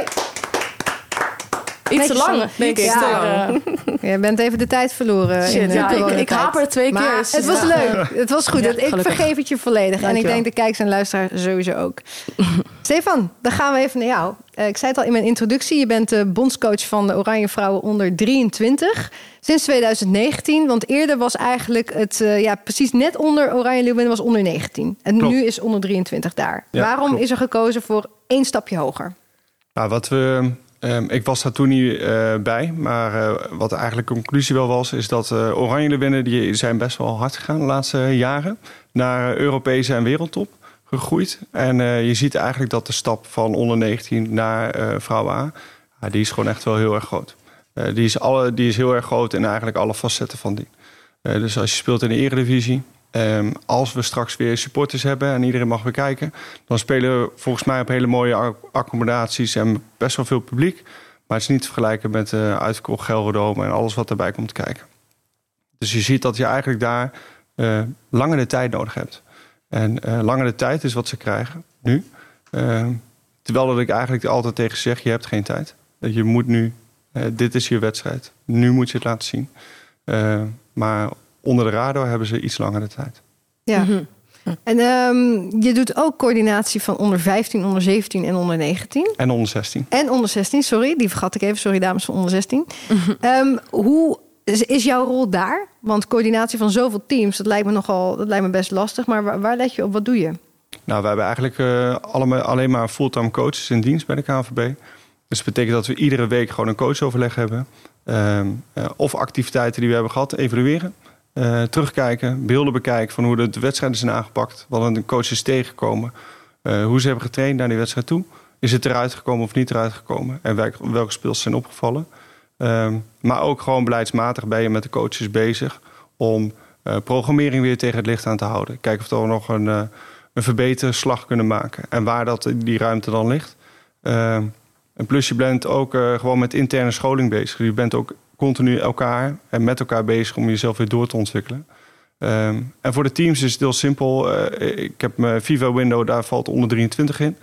Iets te lang, denk ik. Ja. Je bent even de tijd verloren. Shit, in de ja, ik, ik haperde twee maar keer. Het was ja. leuk. Het was goed. Ja, ik gelukkig. vergeef het je volledig. Dank en ik denk de kijkers en luisteraars sowieso ook. Stefan, dan gaan we even naar jou. Uh, ik zei het al in mijn introductie. Je bent de bondscoach van de Oranje Vrouwen onder drieëntwintig. Sinds twintig negentien. Want eerder was eigenlijk het uh, ja, precies net onder Oranje Leeuwinnen was onder negentien. En klopt. Nu is onder drieëntwintig daar. Ja, Waarom klopt. is er gekozen voor één stapje hoger? Nou, wat we... Um, ik was daar toen niet uh, bij, maar uh, wat eigenlijk de conclusie wel was, is dat uh, Oranje Leeuwinnen die zijn best wel hard gegaan de laatste jaren naar Europese en wereldtop gegroeid. En uh, je ziet eigenlijk dat de stap van onder negentien naar uh, vrouwen A, ja, die is gewoon echt wel heel erg groot. Uh, die, is alle, die is heel erg groot in eigenlijk alle facetten van die. Uh, dus als je speelt in de Eredivisie, Um, als we straks weer supporters hebben en iedereen mag weer kijken, dan spelen we volgens mij op hele mooie accommodaties en best wel veel publiek. Maar het is niet te vergelijken met uh, uitverkocht Gelredome en alles wat erbij komt kijken. Dus je ziet dat je eigenlijk daar uh, langer de tijd nodig hebt. En uh, langer de tijd is wat ze krijgen nu. Uh, terwijl dat ik eigenlijk altijd tegen zeg, je hebt geen tijd. Je moet nu, uh, dit is je wedstrijd. Nu moet je het laten zien. Uh, maar onder de radar hebben ze iets langere tijd. Ja. Mm-hmm. En um, je doet ook coördinatie van onder vijftien, onder zeventien en onder negentien. En onder zestien. En onder zestien, sorry. Die vergat ik even. Sorry, dames van onder zestien. Mm-hmm. Um, hoe is, is jouw rol daar? Want coördinatie van zoveel teams, dat lijkt me nogal, dat lijkt me best lastig. Maar waar, waar let je op? Wat doe je? Nou, we hebben eigenlijk uh, allemaal, alleen maar fulltime coaches in dienst bij de K N V B. Dus dat betekent dat we iedere week gewoon een coachoverleg hebben. Uh, uh, of activiteiten die we hebben gehad, evalueren. Uh, terugkijken, beelden bekijken van hoe de, de wedstrijden zijn aangepakt. Wat de coaches tegengekomen. Uh, hoe ze hebben getraind naar die wedstrijd toe. Is het eruit gekomen of niet eruit gekomen? En welke, welke speels zijn opgevallen? Uh, maar ook gewoon beleidsmatig ben je met de coaches bezig om uh, programmering weer tegen het licht aan te houden. Kijken of we nog een, uh, een verbeterslag kunnen maken. En waar dat, die ruimte dan ligt. Uh, en plus je bent ook uh, gewoon met interne scholing bezig. Je bent ook continu elkaar en met elkaar bezig om jezelf weer door te ontwikkelen. Um, en voor de teams is het heel simpel. Uh, ik heb mijn FIFA window, daar valt onder drieëntwintig in.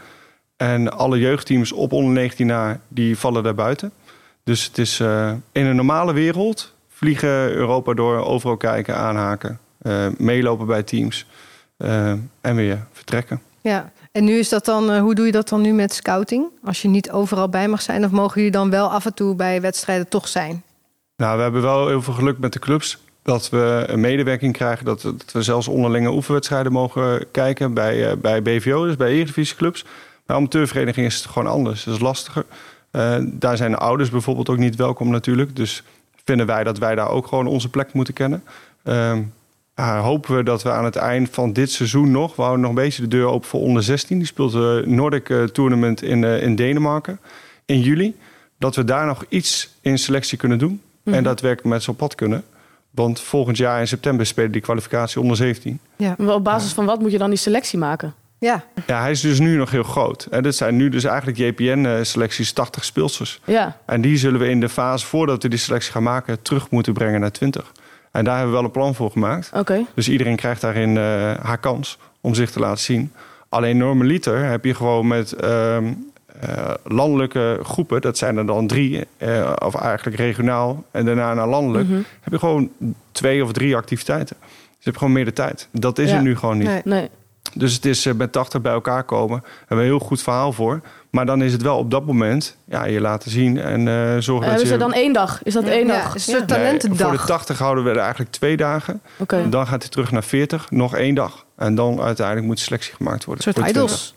En alle jeugdteams op onder negentien jaar, die vallen daar buiten. Dus het is uh, in een normale wereld vliegen Europa door, overal kijken, aanhaken, uh, meelopen bij teams uh, en weer vertrekken. Ja, en nu is dat dan, uh, hoe doe je dat dan nu met scouting? Als je niet overal bij mag zijn, of mogen jullie dan wel af en toe bij wedstrijden toch zijn? Nou, we hebben wel heel veel geluk met de clubs. Dat we een medewerking krijgen. Dat, dat we zelfs onderlinge oefenwedstrijden mogen kijken bij, uh, bij B V O, dus bij eredivisieclubs. Bij amateurverenigingen is het gewoon anders. Dat is lastiger. Uh, daar zijn de ouders bijvoorbeeld ook niet welkom natuurlijk. Dus vinden wij dat wij daar ook gewoon onze plek moeten kennen. Uh, uh, hopen we dat we aan het eind van dit seizoen nog... we houden nog een beetje de deur open voor onder zestien. Die speelt de Nordic uh, Tournament in, uh, in Denemarken in juli. Dat we daar nog iets in selectie kunnen doen. En daadwerkelijk met z'n op pad kunnen. Want volgend jaar in september spelen die kwalificatie onder zeventien. Ja. Maar op basis van wat moet je dan die selectie maken? Ja, ja hij is dus nu nog heel groot. En dit zijn nu dus eigenlijk J P N-selecties, tachtig speelsters. Ja. En die zullen we in de fase voordat we die selectie gaan maken... terug moeten brengen naar twintig. En daar hebben we wel een plan voor gemaakt. Okay. Dus iedereen krijgt daarin uh, haar kans om zich te laten zien. Alleen normaliter heb je gewoon met... Uh, Uh, landelijke groepen, dat zijn er dan drie, uh, of eigenlijk regionaal en daarna naar landelijk, mm-hmm. heb je gewoon twee of drie activiteiten. Dus je hebt gewoon meer de tijd. Dat is ja. er nu gewoon niet. Nee. Nee. Dus het is uh, met tachtig bij elkaar komen. Daar hebben we een heel goed verhaal voor. Maar dan is het wel op dat moment ja, je laten zien en uh, zorgen uh, dat je... Is er dan één dag? Is dat ja. één ja. dag? Is het een talentendag? Nee, voor de tachtig houden we er eigenlijk twee dagen. Okay. Dan gaat hij terug naar veertig, nog één dag. En dan uiteindelijk moet de selectie gemaakt worden. Een soort idols.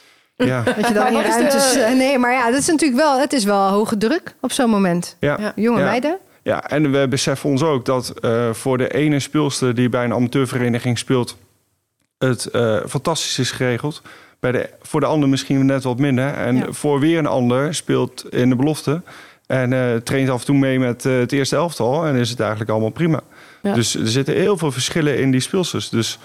Ja. Dat je dan in ruimtes... De... Nee, maar ja, dat is natuurlijk wel... Het is wel hoge druk op zo'n moment. Ja. Ja. Jonge ja. meiden. Ja, en we beseffen ons ook dat uh, voor de ene speelster die bij een amateurvereniging speelt... het uh, fantastisch is geregeld. Bij de, voor de ander misschien net wat minder. En ja. voor weer een ander speelt in de belofte... en uh, traint af en toe mee met uh, het eerste elftal... en is het eigenlijk allemaal prima. Ja. Dus er zitten heel veel verschillen in die speelsters. Dus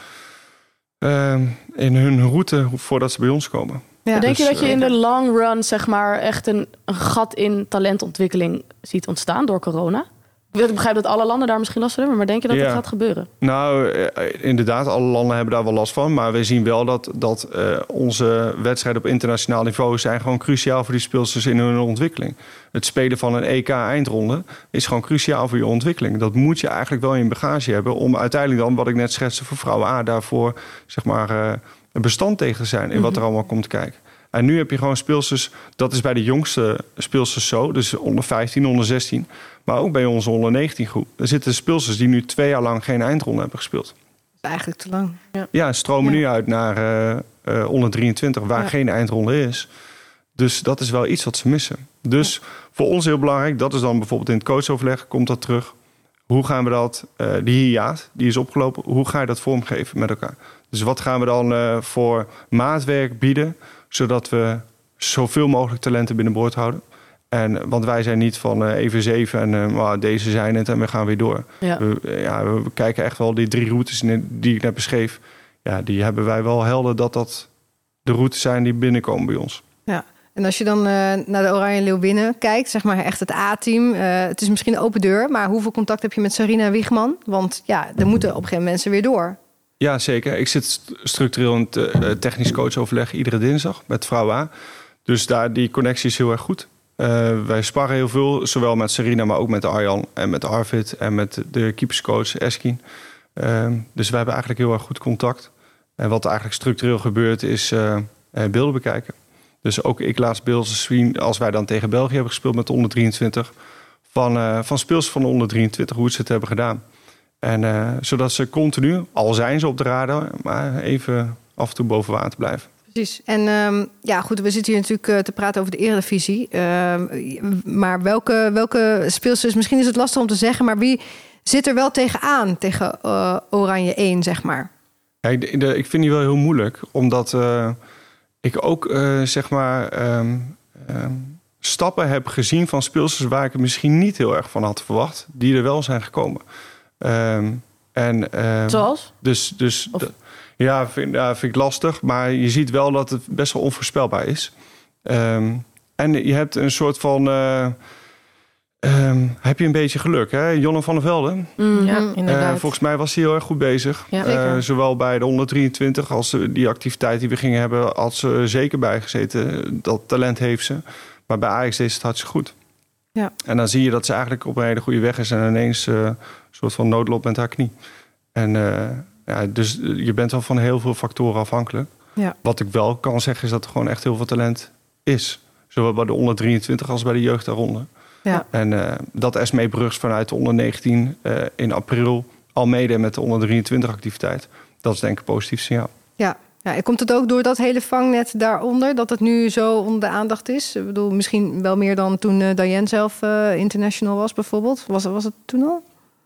uh, in hun route voordat ze bij ons komen... Ja. Denk je dus, dat je in de long run zeg maar echt een, een gat in talentontwikkeling ziet ontstaan door corona? Ik begrijp dat alle landen daar misschien last van hebben, maar denk je dat ja. dat gaat gebeuren? Nou, inderdaad, alle landen hebben daar wel last van. Maar we zien wel dat, dat uh, onze wedstrijden op internationaal niveau zijn gewoon cruciaal voor die speelsters in hun ontwikkeling. Het spelen van een E K-eindronde is gewoon cruciaal voor je ontwikkeling. Dat moet je eigenlijk wel in bagage hebben om uiteindelijk dan, wat ik net schetste voor vrouwen A, daarvoor zeg maar uh, een bestand tegen te zijn in mm-hmm. wat er allemaal komt kijken. En nu heb je gewoon speelsters, dat is bij de jongste speelsters zo, dus onder vijftien, onder zestien. Maar ook bij onze onder negentien groep. Er zitten speelsters die nu twee jaar lang geen eindronde hebben gespeeld. Dat is eigenlijk te lang. Ja, ja stromen ja. nu uit naar uh, uh, onder drieëntwintig, waar ja. geen eindronde is. Dus dat is wel iets wat ze missen. Dus ja. voor ons heel belangrijk, dat is dan bijvoorbeeld in het coachoverleg, komt dat terug. Hoe gaan we dat, uh, die hiaat, die is opgelopen, hoe ga je dat vormgeven met elkaar? Dus wat gaan we dan uh, voor maatwerk bieden, zodat we zoveel mogelijk talenten binnenboord houden? En, want wij zijn niet van uh, even zeven en uh, well, deze zijn het en we gaan weer door. Ja. We, uh, ja, we, we kijken echt wel die drie routes die ik net beschreef. Ja, die hebben wij wel helder dat dat de routes zijn die binnenkomen bij ons. Ja. En als je dan uh, naar de Oranje Leeuwinnen kijkt, zeg maar echt het A-team. Uh, het is misschien een open deur, maar hoeveel contact heb je met Sarina Wiegman? Want ja, er moeten op een gegeven moment mensen weer door. Ja, zeker. Ik zit structureel in het uh, technisch coachoverleg iedere dinsdag met vrouw A. Dus daar, die connectie is heel erg goed. Uh, wij sparren heel veel, zowel met Serena, maar ook met Arjan en met Arvid en met de keeperscoach Eskin. Uh, dus wij hebben eigenlijk heel erg goed contact. En wat er eigenlijk structureel gebeurt is uh, uh, beelden bekijken. Dus ook ik laat beelden zien als wij dan tegen België hebben gespeeld met de onder drieëntwintig. Van, uh, van speels van de onder drieëntwintig, hoe ze het hebben gedaan. En uh, zodat ze continu, al zijn ze op de radar, maar even af en toe boven water blijven. Precies. En um, ja, goed, we zitten hier natuurlijk uh, te praten over de Eredivisie. Uh, maar welke, welke speelsters, misschien is het lastig om te zeggen, maar wie zit er wel tegenaan tegen uh, Oranje één, zeg maar? Ja, ik, de, ik vind die wel heel moeilijk, omdat uh, ik ook, uh, zeg maar, um, um, stappen heb gezien van speelsters waar ik het misschien niet heel erg van had verwacht, die er wel zijn gekomen. Um, en, um, Zoals? Dus, dus de, ja, vind, ja, vind ik lastig. Maar je ziet wel dat het best wel onvoorspelbaar is. Um, en je hebt een soort van... Uh, um, heb je een beetje geluk, hè? Jonne van der Velde. Mm, ja, inderdaad. Uh, volgens mij was hij heel erg goed bezig. Ja, uh, zowel bij de onder drieëntwintig als die activiteit die we gingen hebben, had ze zeker bijgezeten. Dat talent heeft ze. Maar bij Ajax deed ze het hartstikke goed. Ja. En dan zie je dat ze eigenlijk op een hele goede weg is en ineens uh, een soort van noodlot met haar knie. En uh, ja, dus je bent wel van heel veel factoren afhankelijk. Ja. Wat ik wel kan zeggen is dat er gewoon echt heel veel talent is. Zowel bij de onder drieëntwintig als bij de jeugd daaronder. Ja. En uh, dat Esmee Brugs vanuit de onder negentien uh, in april al meedeed met de onder drieëntwintig activiteit. Dat is denk ik een positief signaal. Ja. Ja, en komt het ook door dat hele vangnet daaronder, dat het nu zo onder de aandacht is? Ik bedoel, misschien wel meer dan toen uh, Diane zelf uh, international was bijvoorbeeld. Was, was het toen al?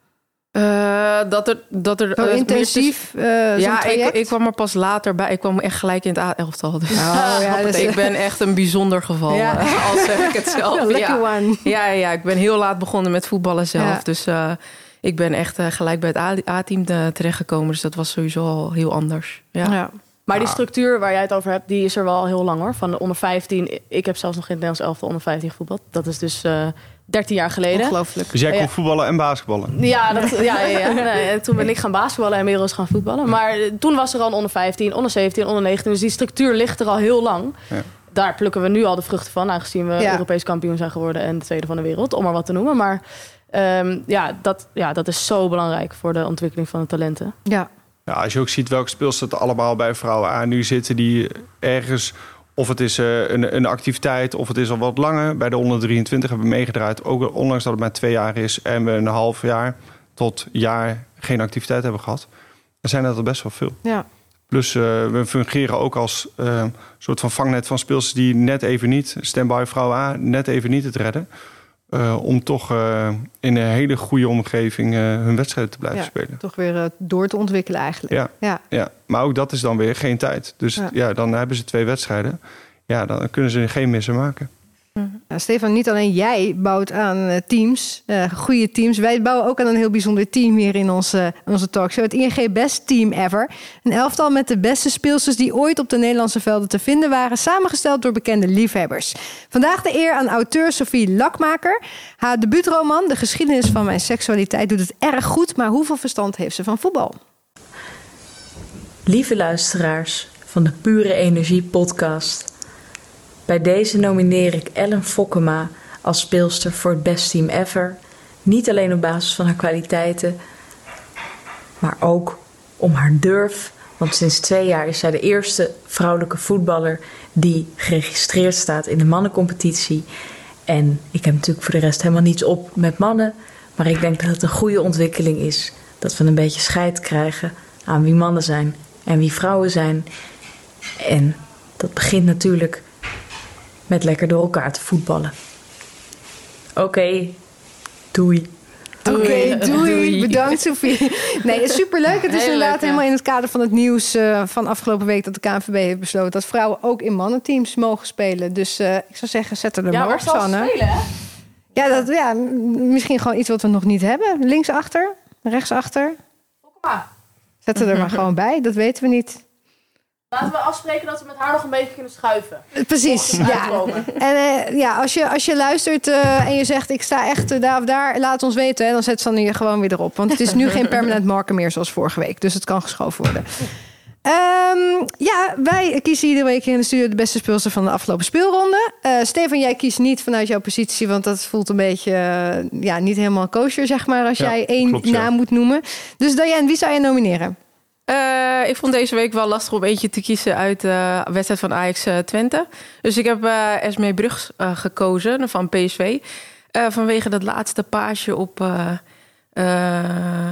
Uh, dat er, dat er zo uh, intensief uh, ja, ik, ik kwam er pas later bij. Ik kwam echt gelijk in het A-elftal. Dus oh, ja, dus ik ben echt een bijzonder geval. Ja. Al zeg ik het zelf. Ja, lucky ja. one. Ja, ja, ik ben heel laat begonnen met voetballen zelf. Ja. Dus uh, ik ben echt uh, gelijk bij het A-team uh, terechtgekomen. Dus dat was sowieso al heel anders. Ja. Ja. Maar die structuur waar jij het over hebt, die is er wel al heel lang hoor. Van de onder vijftien. Ik heb zelfs nog in het Nederlands elftal onder vijftien gevoetbald. Dat is dus uh, dertien jaar geleden. Ongelooflijk. Dus jij kon ja. voetballen en basketballen? Ja, dat, ja, ja, ja. Nee, toen ben ik gaan basketballen en Merel is gaan voetballen. Maar toen was er al een onder vijftien, onder zeventien, onder negentien. Dus die structuur ligt er al heel lang. Ja. Daar plukken we nu al de vruchten van, aangezien we ja. Europees kampioen zijn geworden en de tweede van de wereld, om maar wat te noemen. Maar um, ja, dat, ja, dat is zo belangrijk voor de ontwikkeling van de talenten. Ja. Ja, als je ook ziet welke speelsters allemaal bij vrouwen A nu zitten, die ergens, of het is uh, een, een activiteit, of het is al wat langer. Bij de onder drieëntwintig hebben we meegedraaid, ook ondanks dat het maar twee jaar is en we een half jaar tot jaar geen activiteit hebben gehad. Dan zijn dat er best wel veel. Ja. Plus uh, we fungeren ook als uh, soort van vangnet van speelsters die net even niet, stand-by vrouw A, net even niet het redden. Uh, om toch uh, in een hele goede omgeving uh, hun wedstrijden te blijven ja, spelen. Toch weer uh, door te ontwikkelen eigenlijk. Ja, ja. ja, maar ook dat is dan weer geen tijd. Dus ja. ja, dan hebben ze twee wedstrijden. Ja, dan kunnen ze geen missen maken. Nou, Stefan, niet alleen jij bouwt aan uh, teams, uh, goede teams. Wij bouwen ook aan een heel bijzonder team hier in onze, in onze talkshow. Het I N G Best Team Ever. Een elftal met de beste speelsters die ooit op de Nederlandse velden te vinden waren. Samengesteld door bekende liefhebbers. Vandaag de eer aan auteur Sophie Lakmaker. Haar debuutroman, De geschiedenis van mijn seksualiteit, doet het erg goed. Maar hoeveel verstand heeft ze van voetbal? Lieve luisteraars van de Pure Energie podcast. Bij deze nomineer ik Ellen Fokkema als speelster voor het Best Team Ever. Niet alleen op basis van haar kwaliteiten, maar ook om haar durf. Want sinds twee jaar is zij de eerste vrouwelijke voetballer die geregistreerd staat in de mannencompetitie. En ik heb natuurlijk voor de rest helemaal niets op met mannen. Maar ik denk dat het een goede ontwikkeling is. Dat we een beetje scheid krijgen aan wie mannen zijn en wie vrouwen zijn. En dat begint natuurlijk met lekker door elkaar te voetballen. Oké, okay, doei. Oké, okay, doei. doei. Bedankt, Sophie. Nee, superleuk. Het is Heel inderdaad leuk, ja. helemaal in het kader van het nieuws uh, van afgelopen week dat de K N V B heeft besloten dat vrouwen ook in mannenteams mogen spelen. Dus uh, ik zou zeggen, zet er de ja, markt van. Hè? Spelen, hè? Ja, dat, ja, misschien gewoon iets wat we nog niet hebben. Linksachter, rechtsachter. Zet er, er maar gewoon bij, dat weten we niet. Laten we afspreken dat we met haar nog een beetje kunnen schuiven. Precies, ja. En uh, ja, als je, als je luistert uh, en je zegt... ik sta echt uh, daar of daar, laat ons weten. Hè, dan zet Sanne je gewoon weer erop. Want het is nu geen permanent marker meer zoals vorige week. Dus het kan geschoven worden. Um, ja, wij kiezen iedere week in de studio de beste speelster van de afgelopen speelronde. Uh, Stefan, jij kiest niet vanuit jouw positie, want dat voelt een beetje uh, ja, niet helemaal kosher, zeg maar, als ja, jij één klopt, naam ja. moet noemen. Dus Diane, wie zou je nomineren? Uh, ik vond deze week wel lastig om eentje te kiezen uit de wedstrijd van Ajax uh, Twente. Dus ik heb uh, Esmee Brugs uh, gekozen van P S V. Uh, vanwege dat laatste paasje op uh, uh,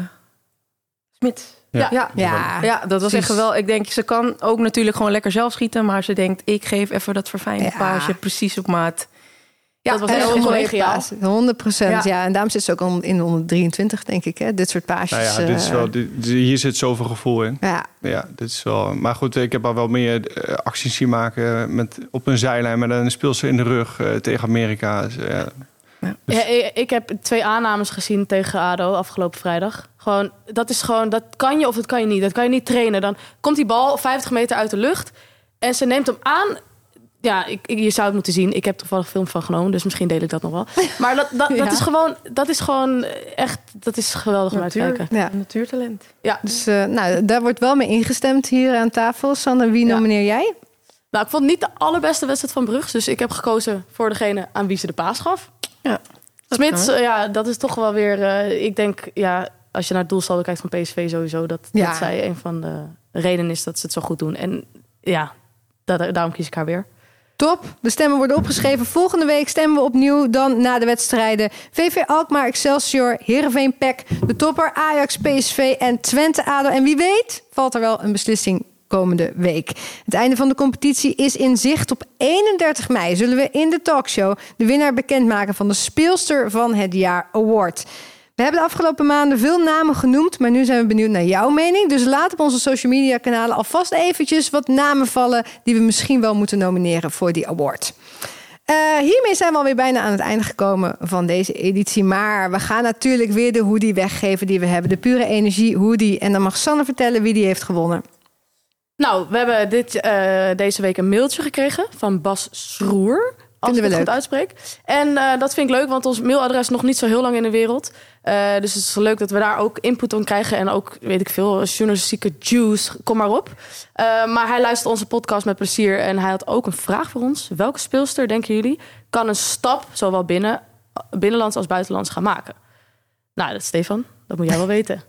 Smit. Ja. Ja. Ja. ja, dat was echt geweldig. Ik denk, ze kan ook natuurlijk gewoon lekker zelf schieten. Maar ze denkt, ik geef even dat verfijnde ja. paasje precies op maat. Ja, dat was echt een mooie paas. honderd procent, ja. ja. En daarom zit ze ook in de honderdrieëntwintig, denk ik. Hè? Dit soort paasjes. Nou ja, dit is wel, dit, hier zit zoveel gevoel in. Ja. Ja, dit is wel... Maar goed, ik heb al wel meer uh, acties zien maken met, op een zijlijn... met een speelster in de rug uh, tegen Amerika. Dus, uh, Ja. Dus... Ja, ik heb twee aannames gezien tegen A D O afgelopen vrijdag. Gewoon, dat is gewoon, dat kan je of dat kan je niet. Dat kan je niet trainen. Dan komt die bal vijftig meter uit de lucht en ze neemt hem aan. Ja, ik, ik, je zou het moeten zien. Ik heb toevallig een film van genomen, dus misschien deel ik dat nog wel. Maar dat, dat, ja. dat, is, gewoon, dat is gewoon echt, dat is geweldig om uit te kijken. Ja, natuurtalent. Ja. Dus uh, nou, daar wordt wel mee ingestemd hier aan tafel. Sanne, wie nomineer ja. jij? Nou, ik vond het niet de allerbeste wedstrijd van Brugs. Dus ik heb gekozen voor degene aan wie ze de paas gaf. Ja. Smits, uh, ja, dat is toch wel weer... Uh, ik denk, ja, als je naar het doelsaldo kijkt van P S V sowieso... dat, ja. dat zij een van de redenen is dat ze het zo goed doen. En ja, dat, daarom kies ik haar weer. Top, de stemmen worden opgeschreven. Volgende week stemmen we opnieuw dan na de wedstrijden. V V Alkmaar, Excelsior, Heerenveen, P E C, de topper, Ajax, P S V en Twente, A D O. En wie weet valt er wel een beslissing komende week. Het einde van de competitie is in zicht. Op eenendertig mei zullen we in de talkshow de winnaar bekendmaken van de Speelster van het Jaar Award. We hebben de afgelopen maanden veel namen genoemd, maar nu zijn we benieuwd naar jouw mening. Dus laat op onze social media kanalen alvast eventjes wat namen vallen die we misschien wel moeten nomineren voor die award. Uh, hiermee zijn we alweer bijna aan het einde gekomen van deze editie. Maar we gaan natuurlijk weer de hoodie weggeven die we hebben. De Pure Energie hoodie. En dan mag Sanne vertellen wie die heeft gewonnen. Nou, we hebben dit, uh, deze week een mailtje gekregen van Bas Schroer. Als ik het goed uitspreek. En uh, dat vind ik leuk, want ons mailadres is nog niet zo heel lang in de wereld. Uh, dus het is leuk dat we daar ook input op krijgen. En ook, weet ik veel, journalistieke juice, kom maar op. Uh, maar hij luistert onze podcast met plezier. En hij had ook een vraag voor ons. Welke speelster, denken jullie, kan een stap zowel binnen, binnenlands als buitenlands gaan maken? Nou, dat Stefan, dat moet jij wel weten.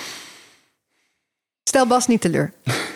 Stel Bas niet teleur.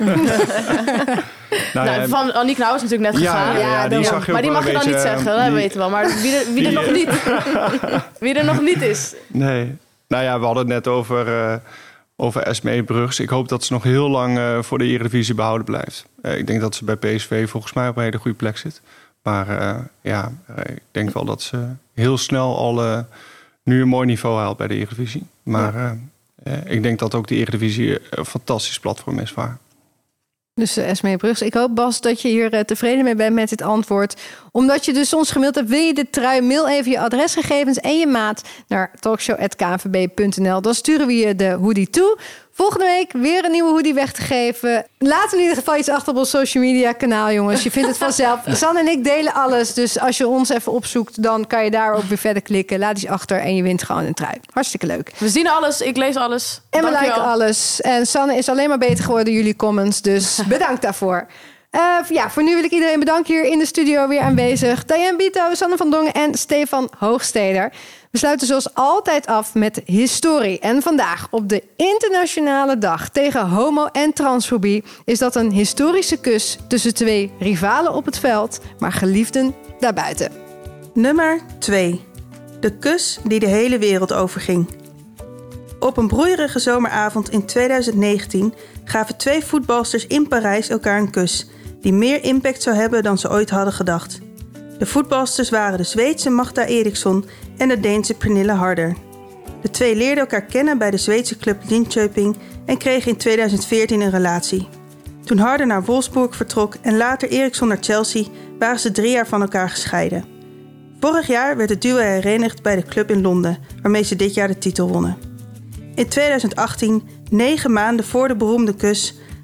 Nou, nou, van Aniek Nou is natuurlijk net ja, gegaan. Ja, ja, die zag je maar die mag je dan niet zeggen, dat die... weten we wel. Maar wie er, wie er nog niet wie er nog niet is. Nee. Nou ja, we hadden het net over, uh, over Esmee Brugs. Ik hoop dat ze nog heel lang uh, voor de Eredivisie behouden blijft. Uh, ik denk dat ze bij P S V volgens mij op een hele goede plek zit. Maar uh, ja, uh, ik denk wel dat ze heel snel al uh, nu een mooi niveau haalt bij de Eredivisie. Maar ja. uh, uh, ik denk dat ook de Eredivisie een fantastisch platform is voor haar. Dus uh, Esmee Brugs, ik hoop Bas dat je hier uh, tevreden mee bent met dit antwoord. Omdat je dus ons gemaild hebt, wil je de trui, mail even je adresgegevens en je maat naar talkshow at k n v b punt n l. Dan sturen we je de hoodie toe. Volgende week weer een nieuwe hoodie weg te geven. Laat in ieder geval iets achter op ons social media kanaal, jongens. Je vindt het vanzelf. San en ik delen alles. Dus als je ons even opzoekt, dan kan je daar ook weer verder klikken. Laat iets achter en je wint gewoon een trui. Hartstikke leuk. We zien alles. Ik lees alles. En we liken alles. En Sanne is alleen maar beter geworden jullie comments. Dus bedankt daarvoor. Uh, ja, voor nu wil ik iedereen bedanken hier in de studio weer aanwezig. Diane Bito, Sanne van Dongen en Stefan Hoogsteder. We sluiten zoals altijd af met historie. En vandaag, op de internationale dag tegen homo- en transfobie, is dat een historische kus tussen twee rivalen op het veld, maar geliefden daarbuiten. Nummer twee. De kus die de hele wereld overging. Op een broeierige zomeravond in tweeduizend negentien gaven twee voetbalsters in Parijs elkaar een kus die meer impact zou hebben dan ze ooit hadden gedacht. De voetbalsters waren de Zweedse Magda Eriksson en de Deense Pernille Harder. De twee leerden elkaar kennen bij de Zweedse club Linköping en kregen in tweeduizend veertien een relatie. Toen Harder naar Wolfsburg vertrok en later Eriksson naar Chelsea, waren ze drie jaar van elkaar gescheiden. Vorig jaar werd het duo herenigd bij de club in Londen, waarmee ze dit jaar de titel wonnen. In tweeduizend achttien, negen maanden voor de beroemde kus,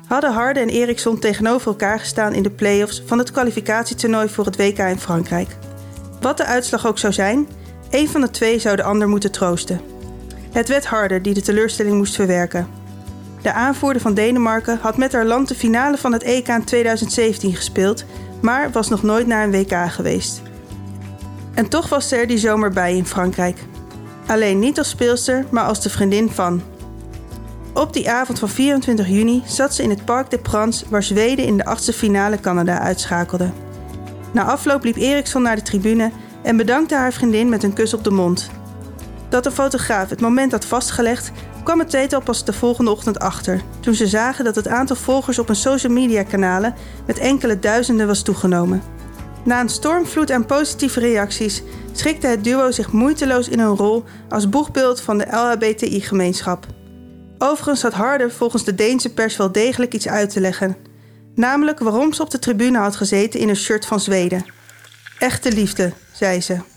hadden Harden en Eriksson tegenover elkaar gestaan in de play-offs van het kwalificatietoernooi voor het W K in Frankrijk. Wat de uitslag ook zou zijn, één van de twee zou de ander moeten troosten. Het werd Harden die de teleurstelling moest verwerken. De aanvoerder van Denemarken had met haar land de finale van het E K in tweeduizend zeventien gespeeld, maar was nog nooit naar een W K geweest. En toch was ze er die zomer bij in Frankrijk. Alleen niet als speelster, maar als de vriendin van. Op die avond van vierentwintig juni zat ze in het Parc des Princes, waar Zweden in de achtste finale Canada uitschakelde. Na afloop liep Eriksson naar de tribune en bedankte haar vriendin met een kus op de mond. Dat de fotograaf het moment had vastgelegd, kwam het tweetal pas de volgende ochtend achter, toen ze zagen dat het aantal volgers op hun social media kanalen met enkele duizenden was toegenomen. Na een stormvloed aan positieve reacties schikte het duo zich moeiteloos in hun rol als boegbeeld van de L H B T I-gemeenschap. Overigens had Harden volgens de Deense pers wel degelijk iets uit te leggen. Namelijk waarom ze op de tribune had gezeten in een shirt van Zweden. Echte liefde, zei ze.